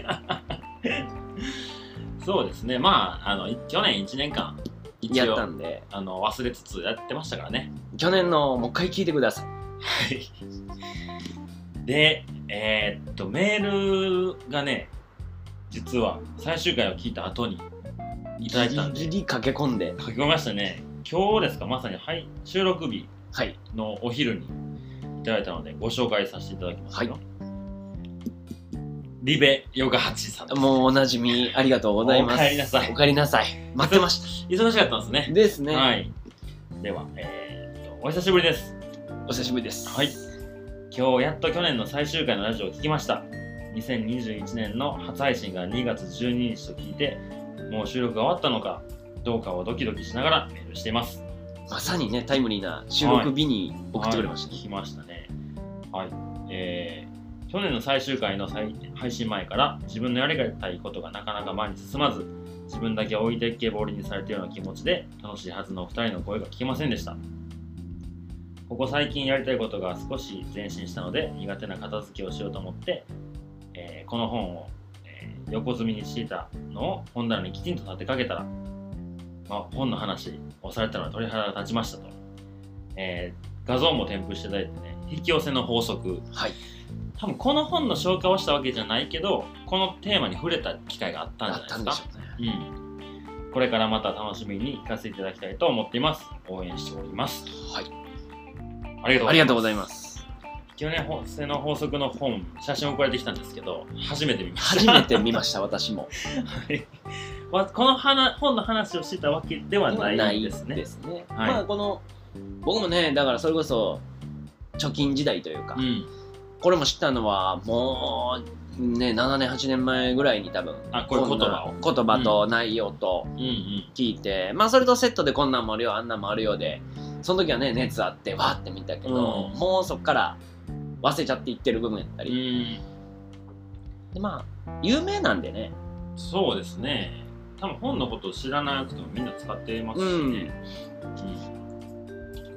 そうですね。まあ、あの去年いちねんかん一応やったんであの忘れつつやってましたからね。 去年のもう一回聞いてください。 はい。で、えー、っとメールがね、実は最終回を聞いた後にいただいたんで、 ギリギリ駆け込んで書き込みましたね。今日ですか、まさに、はい、収録日のお昼にいただいたのでご紹介させていただきますよ。はい、リベヨガハチさんです。 もうおなじみありがとうございます。 おかえりなさい。 おかえりなさい。待ってました。 忙しかったんですね。 ですね。 はい。では、えー、っとお久しぶりです。 お久しぶりです。 はい。今日やっと去年の最終回のラジオを聞きました。にせんにじゅういちねんの初配信がにがつじゅうににちと聞いて、もう収録が終わったのかどうかをドキドキしながらメールしています。 まさにね、タイムリーな収録日に送ってくれましたね。 はいはい、聞きましたね。はい。えー、去年の最終回の配信前から自分のやりたいことがなかなか前に進まず、自分だけ置いてけぼりにされているような気持ちで楽しいはずのふたりの声が聞けませんでした。ここ最近やりたいことが少し前進したので、苦手な片付けをしようと思って、えー、この本を、えー、横積みにしていたのを本棚にきちんと立てかけたら、まあ、本の話をされたので鳥肌が立ちましたと、えー、画像も添付していただいてね、引き寄せの法則、 はい、 多分この本の紹介をしたわけじゃないけど、このテーマに触れた機会があったんじゃないですか。 ね、 うん、これからまた楽しみに聞かせていただきたいと思っています。応援しております。 はい、 ありがとうございます。 ありがとうございます。 去年性の法則の本、写真送られてきたんですけど、初めて見ました。 初めて見ました、私も。 はい。この本の話をしてたわけではないですね。 ですね。はい、まあこの僕もね、だからそれこそ貯金時代というか、うん、これも知ったのはもうねななねんはちねんまえぐらいに多分、 あ、こういう言葉を言葉と内容と聞いて、うんうん、まあそれとセットでこんなんもあるよあんなんもあるよで、その時はね熱あってわーって見たけど、うん、もうそっから忘れちゃっていってる部分やったり、うん、でまあ有名なんでね。 そうですね。多分本のことを知らなくてもみんな使ってますしね、うんうん、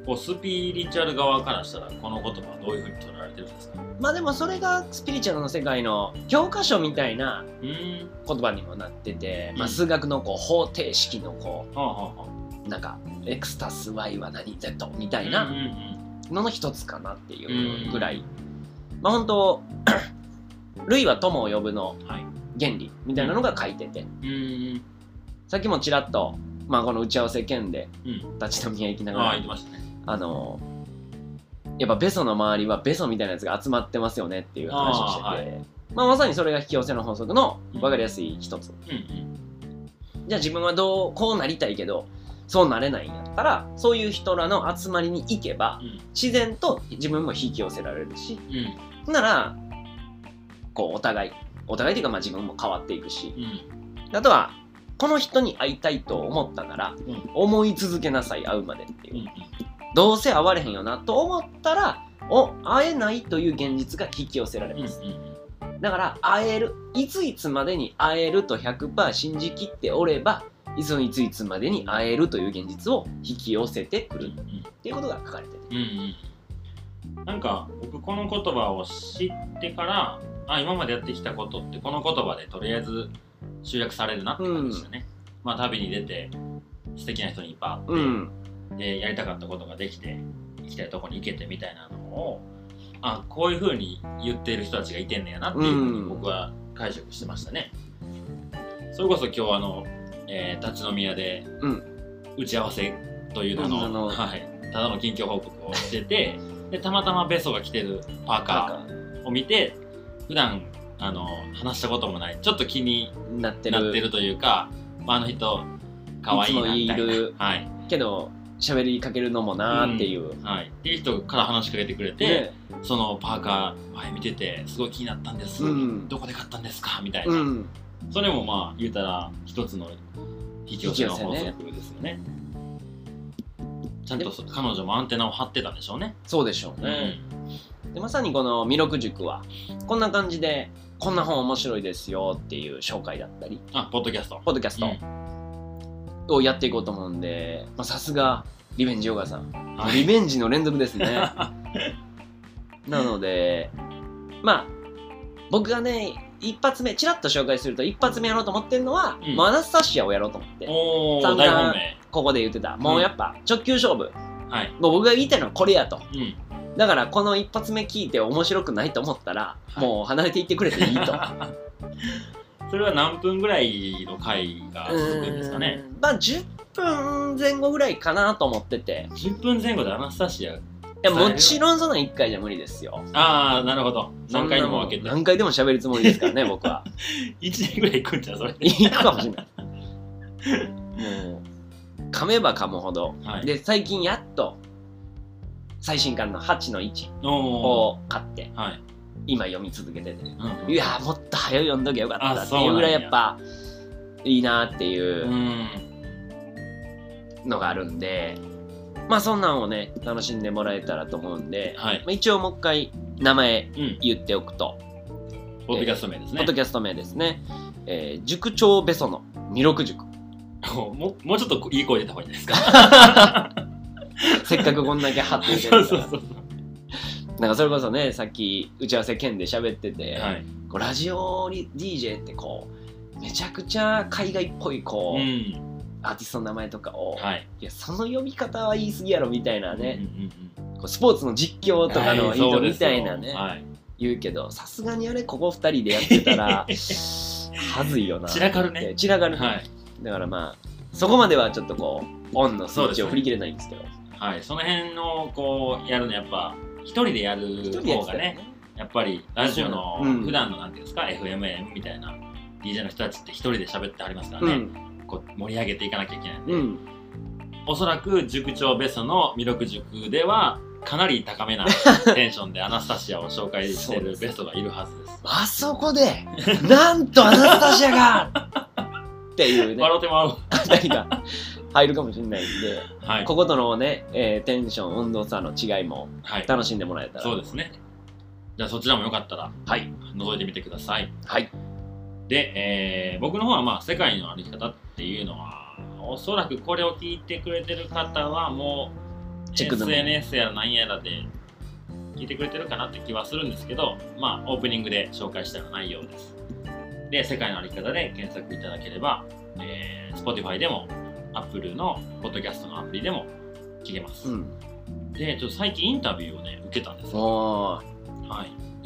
こうスピリチュアル側からしたらこの言葉はどういうふうに捉えられてるんですか？ まあでもそれがスピリチュアルの世界の教科書みたいな言葉にもなってて、うん、まあ、数学のこう方程式のこう、うん、なんか x たす y は何 z みたいなのの一つかなっていうぐらい、うん、まあ本当類は友を呼ぶの原理みたいなのが書いてて、うん、さっきもちらっと、まあ、この打ち合わせ兼で立ち飲み屋行きながら、うん、あ、言ってましたね。あのやっぱベソの周りはベソみたいなやつが集まってますよねっていう話をしてて、はい、まあ、まさにそれが引き寄せの法則の分かりやすい一つ、うんうん、じゃあ自分はどうこうなりたいけどそうなれないんやったらそういう人らの集まりに行けば、うん、自然と自分も引き寄せられるし、うん、ならこうお互いお互いというかまあ自分も変わっていくし、うん、あとはこの人に会いたいと思ったなら、うん、思い続けなさい、会うまでっていう、うん、どうせ会われへんよなと思ったらお会えないという現実が引き寄せられます、うん、だから会えるいついつまでに会えると ひゃくパーセント 信じきっておればいついついつまでに会えるという現実を引き寄せてくるっていうことが書かれてる、うんうん、なんか僕この言葉を知ってからあ今までやってきたことってこの言葉でとりあえず集約されるなって感じでしたね、うん、まあ旅に出て素敵な人にいっぱい会って、うん、でやりたかったことができて行きたいとこに行けてみたいなのをあこういう風に言っている人たちがいてんねやなっていう風に僕は解釈してましたね、うん、それこそ今日あの、えー、立ち飲み屋で打ち合わせという名の、うん、はい、ただの近況報告をしててでたまたまベソが着てるパーカーを見て普段あの話したこともないちょっと気になってる、なってるというか、まあ、あの人可愛いなみたいな、いつもいる、はい、 けど喋りかけるのもなーっていう、 うん、はい、っていう人から話しかけてくれて、ね、そのパーカー前見ててすごい気になったんです、うん、どこで買ったんですかみたいな、うん、それもまあ言うたら一つの引き寄せの法則ですよね。ちゃんと彼女もアンテナを張ってたんでしょうね。 そうでしょうね、うん、でまさにこの弥勒塾はこんな感じでこんな本面白いですよっていう紹介だったりあポッドキャストポッドキャスト、うん、をやっていこうと思うんでさすがリベンジヨガさん、はい、リベンジの連続ですねなのでまあ僕がね一発目チラッと紹介すると一発目やろうと思ってるのは、うん、アナスタシアをやろうと思っておー大本命ここで言ってたもうやっぱ直球勝負、はい、もう僕が言いたいのはこれやと、うん、だからこの一発目聞いて面白くないと思ったら、はい、もう離れていってくれていいとそれは何分ぐらいの回が続くんですかね。 まあじゅっぷんぜん後ぐらいかなと思っててじゅっぷんぜん後でアナスタシアいやもちろんそんないっかいじゃ無理ですよ。 ああなるほど何回でも分けて何回でも喋るつもりですからね僕はいちねんぐらい行くんじゃんそれ行くかもしれないもう噛めば噛むほど、はい、で最近やっと最新刊のはちのいちを買って、はい、今読み続けてて、うん、いやもっと早く読んどきゃよかったっていうぐらいやっぱいいなっていうのがあるんで、まあそんなんをね楽しんでもらえたらと思うんで、はい、まあ、一応もう一回名前言っておくと、 うん、ポッドキャスト名ですね。 ポッドキャスト名ですね。えー、塾長ベソの弥勒塾もう、もうちょっといい声出た方がいいですかせっかくこんだけ張っててるから。そうそうそうなんかそれこそねさっき打ち合わせ兼で喋ってて、はい、こうラジオ ディージェー ってこうめちゃくちゃ海外っぽいこう、うん、アーティストの名前とかを、はい、いやその呼び方は言い過ぎやろみたいなね、うんうんうん、こうスポーツの実況とかの意図みたいなね、はい、言うけどさすがにあれここふたりでやってたらはずいよな散らかるね散らかる、はい、だからまあそこまではちょっとこうオンのスイッチを振り切れないんですけど、 はい、その辺のこうやるのやっぱ一人でやる方がねやっぱりラジオの普段のなんていうんですか、うん、エフエムエム みたいな ディージェー の人たちって一人で喋ってありますからね、うん、こう盛り上げていかなきゃいけないんで、うん、おそらく塾長ベソの弥勒塾ではかなり高めなテンションでアナスタシアを紹介してるベソがいるはずですあそこでなんとアナスタシアがっていうね笑ってまうあたりが入るかもしれないんで、はい、こことのね、えー、テンション温度差の違いも楽しんでもらえたら、 はい、そうですね。じゃあそちらもよかったら、はい、覗いてみてください。はい、で、えー、僕の方はまあ世界の歩き方っていうのはおそらくこれを聞いてくれてる方はもう、 チェックでもエスエヌエス や何やらで聞いてくれてるかなって気はするんですけど、まあオープニングで紹介したような内容です。で、世界の歩き方で検索いただければ、えー、Spotify でも Apple のポッドキャストのアプリでも聞けます。うん、で、ちょっと最近インタビューをね受けたんですよ。はい。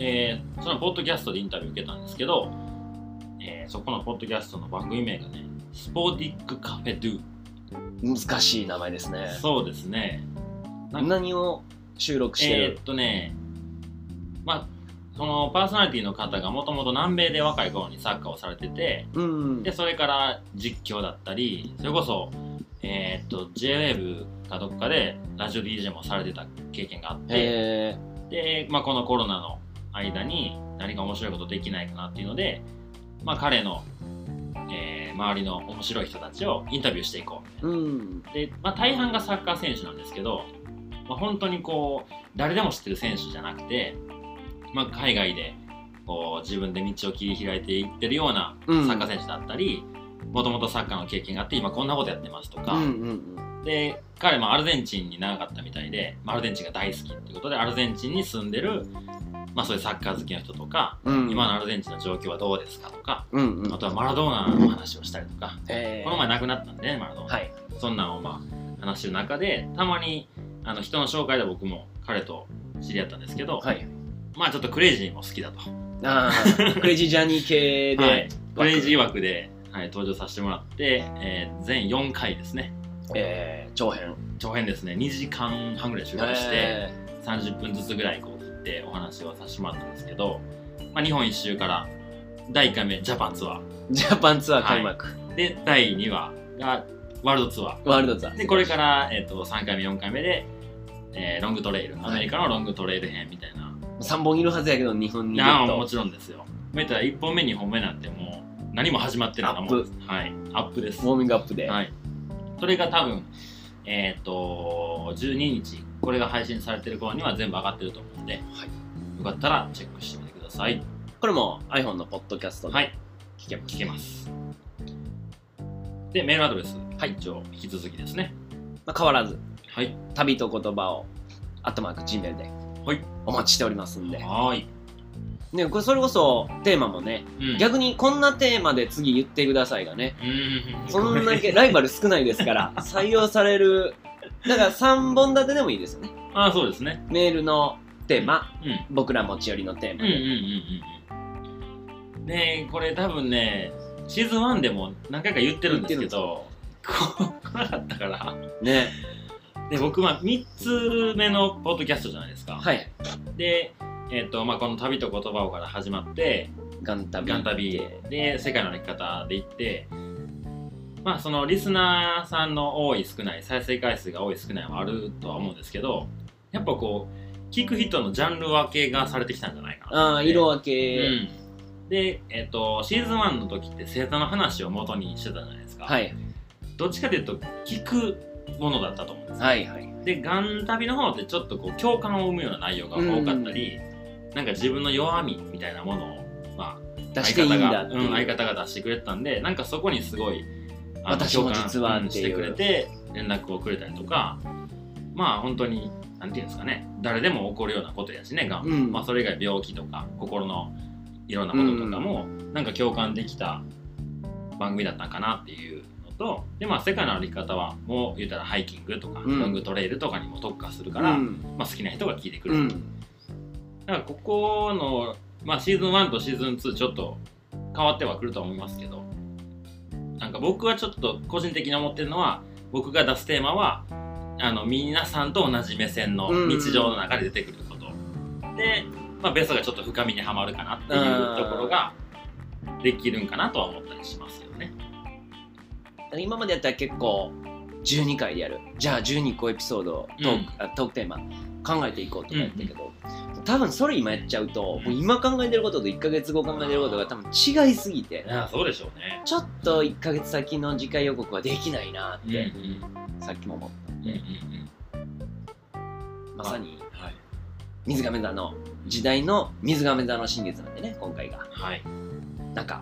で、そのポッドキャストでインタビュー受けたんですけど、えー、そこのポッドキャストの番組名がね、スポーティックカフェドゥ。 難しい名前ですね。 そうですね。 何を収録してる？ えー、っとね、まあそのパーソナリティの方がもともと南米で若い頃にサッカーをされてて、うん、でそれから実況だったり、それこそ、えー、っと ジェイウェーブ かどっかでラジオ ディージェー もされてた経験があって、で、まあ、このコロナの間に何か面白いことできないかなっていうので、まあ、彼の、えー、周りの面白い人たちをインタビューしていこうみたいな、うん、で、まあ、大半がサッカー選手なんですけど、まあ、本当にこう誰でも知ってる選手じゃなくて、まあ、海外でこう自分で道を切り開いていってるようなサッカー選手だったり、もともとサッカーの経験があって今こんなことやってますとか、うんうんうん、で彼もアルゼンチンに長かったみたいで、まあ、アルゼンチンが大好きっていうことでアルゼンチンに住んでる、まあ、そういうサッカー好きな人とか、うん、今のアルゼンチンの状況はどうですかとか、うんうん、あとはマラドーナの話をしたりとか、この前亡くなったんで、ね、マラドーナ、はい、そんなんをまあ話してる中で、たまにあの人の紹介で僕も彼と知り合ったんですけど、はい、まあちょっとクレイジーも好きだと。 あクレイジージャーニー系で、 はい、クレイジー枠で、はい、登場させてもらって、えー、全よんかいですね。 えー、長編長編ですね。にじかんはんぐらい収録して、えー、さんじゅっぷんずつぐらいこう切ってお話をさせてもらったんですけど、まあ、日本一周からだいいっかいめジャパンツアージャパンツアー開幕、はい、でだいにわがワールドツアーワールドツアーで、これから、えー、とさんかいめよんかいめで、えー、ロングトレイル、アメリカのロングトレイル編みたいな、 さんぼんいるはずやけどにほんにいると。 もちろんですよ。見たらいっぽんめにほんめなんてもう何も始まってるようなもんです。はい、アップです。 ウォーミングアップで、 はい、それが多分えっ、ー、とじゅうににち、これが配信されてる頃には全部上がってると思うんで、はい、よかったらチェックしてみてください。 これも iPhone のポッドキャストで聞けます。 聞けます。で、メールアドレス、はい、一応引き続きですね、 まあ、変わらず、 はい、 旅と言葉をアットマーク Gmail でお待ちしておりますんで、 はい、 ね、これそれこそテーマもね、うん、逆にこんなテーマで次言ってくださいがね、うん、そんだけライバル少ないですから採用される、だからさんぼん立てでもいいですよね。 ああ、そうですね。 メールのテーマ、うん、僕ら持ち寄りのテーマで、うんうんうんうん、ねえ、これ多分ねシーズンワンでも何回か言ってるんですけど、こうなかったからね。 で、僕はみっつめのポッドキャストじゃないですか。 はい。 で、えーとまあ、この旅と言葉をから始まってガン旅ガン旅で世界の歩き方で行って、まあそのリスナーさんの多い少ない、再生回数が多い少ないはあるとは思うんですけど、やっぱこう聞く人のジャンル分けがされてきたんじゃないかな。 ああ、色分け、うん、 で、えーとシーズンワンの時って星座の話を元にしてたじゃないですか。 はい。 どっちかというと聞くものだったと思うんですよ。 はいはい。 で、ガン旅の方ってちょっとこう共感を生むような内容が多かったり、うん、なんか自分の弱みみたいなものを、まあ、 出していいんだっていう、 うん、相方が出してくれたんで、なんかそこにすごい私も実はってしてくれて連絡をくれたりとか、まあ本当になんていうんですかね、誰でも起こるようなことやしね、がん、うん、まあ、それ以外病気とか心のいろんなこととかも、うん、なんか共感できた番組だったかなっていうのと、で、まあ、世界の歩き方はもう言うたらハイキングとか、うん、ロングトレイルとかにも特化するから、うん、まあ、好きな人が聞いてくれる、うん、だからここの、まあ、シーズンワンとシーズンツーちょっと変わってはくると思いますけど、なんか僕はちょっと個人的に思ってるのは、僕が出すテーマはあの皆さんと同じ目線の日常の中で出てくること、うん、で、まあ、ベストがちょっと深みにはまるかなっていうところができるんかなとは思ったりしますよね。 今までやったら結構じゅうにかいでやる、じゃあじゅうにこエピソードトーク、うん、トークテーマ考えていこうとか言ったけど、うん、多分それ今やっちゃうと、うん、もう今考えてることといっかげつご考えてることが多分違いすぎて、 ああ、そうでしょうね。 ちょっといっかげつ先の次回予告はできないなって、うんうん、さっきも思ったんで、うんうんうん、まさに、はい、水亀座の時代の水亀座の新月なんでね、今回が、 はい、 なんか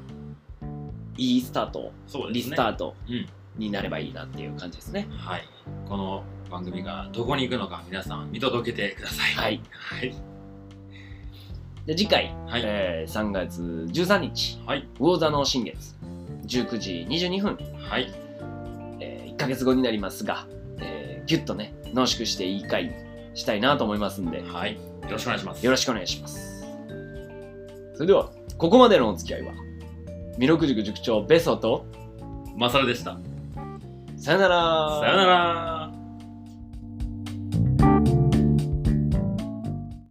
いいスタート、 そうですね、 リスタートになればいいなっていう感じですね。 はい、この番組がどこに行くのか皆さん見届けてください。 はい、 はい、 で次回、 はい、 えー、さんがつじゅうさんにち、はい、魚座の新月じゅうくじにじゅうにふん、 はい、 えー、いっかげつごになりますが、えー、ギュッとね濃縮していい回したいなと思いますんで、 はい、よろしくお願いします。 よろしくお願いします。それではここまでのお付き合いは弥勒塾塾長ベソとマサルでした。 さよなら。 さよなら。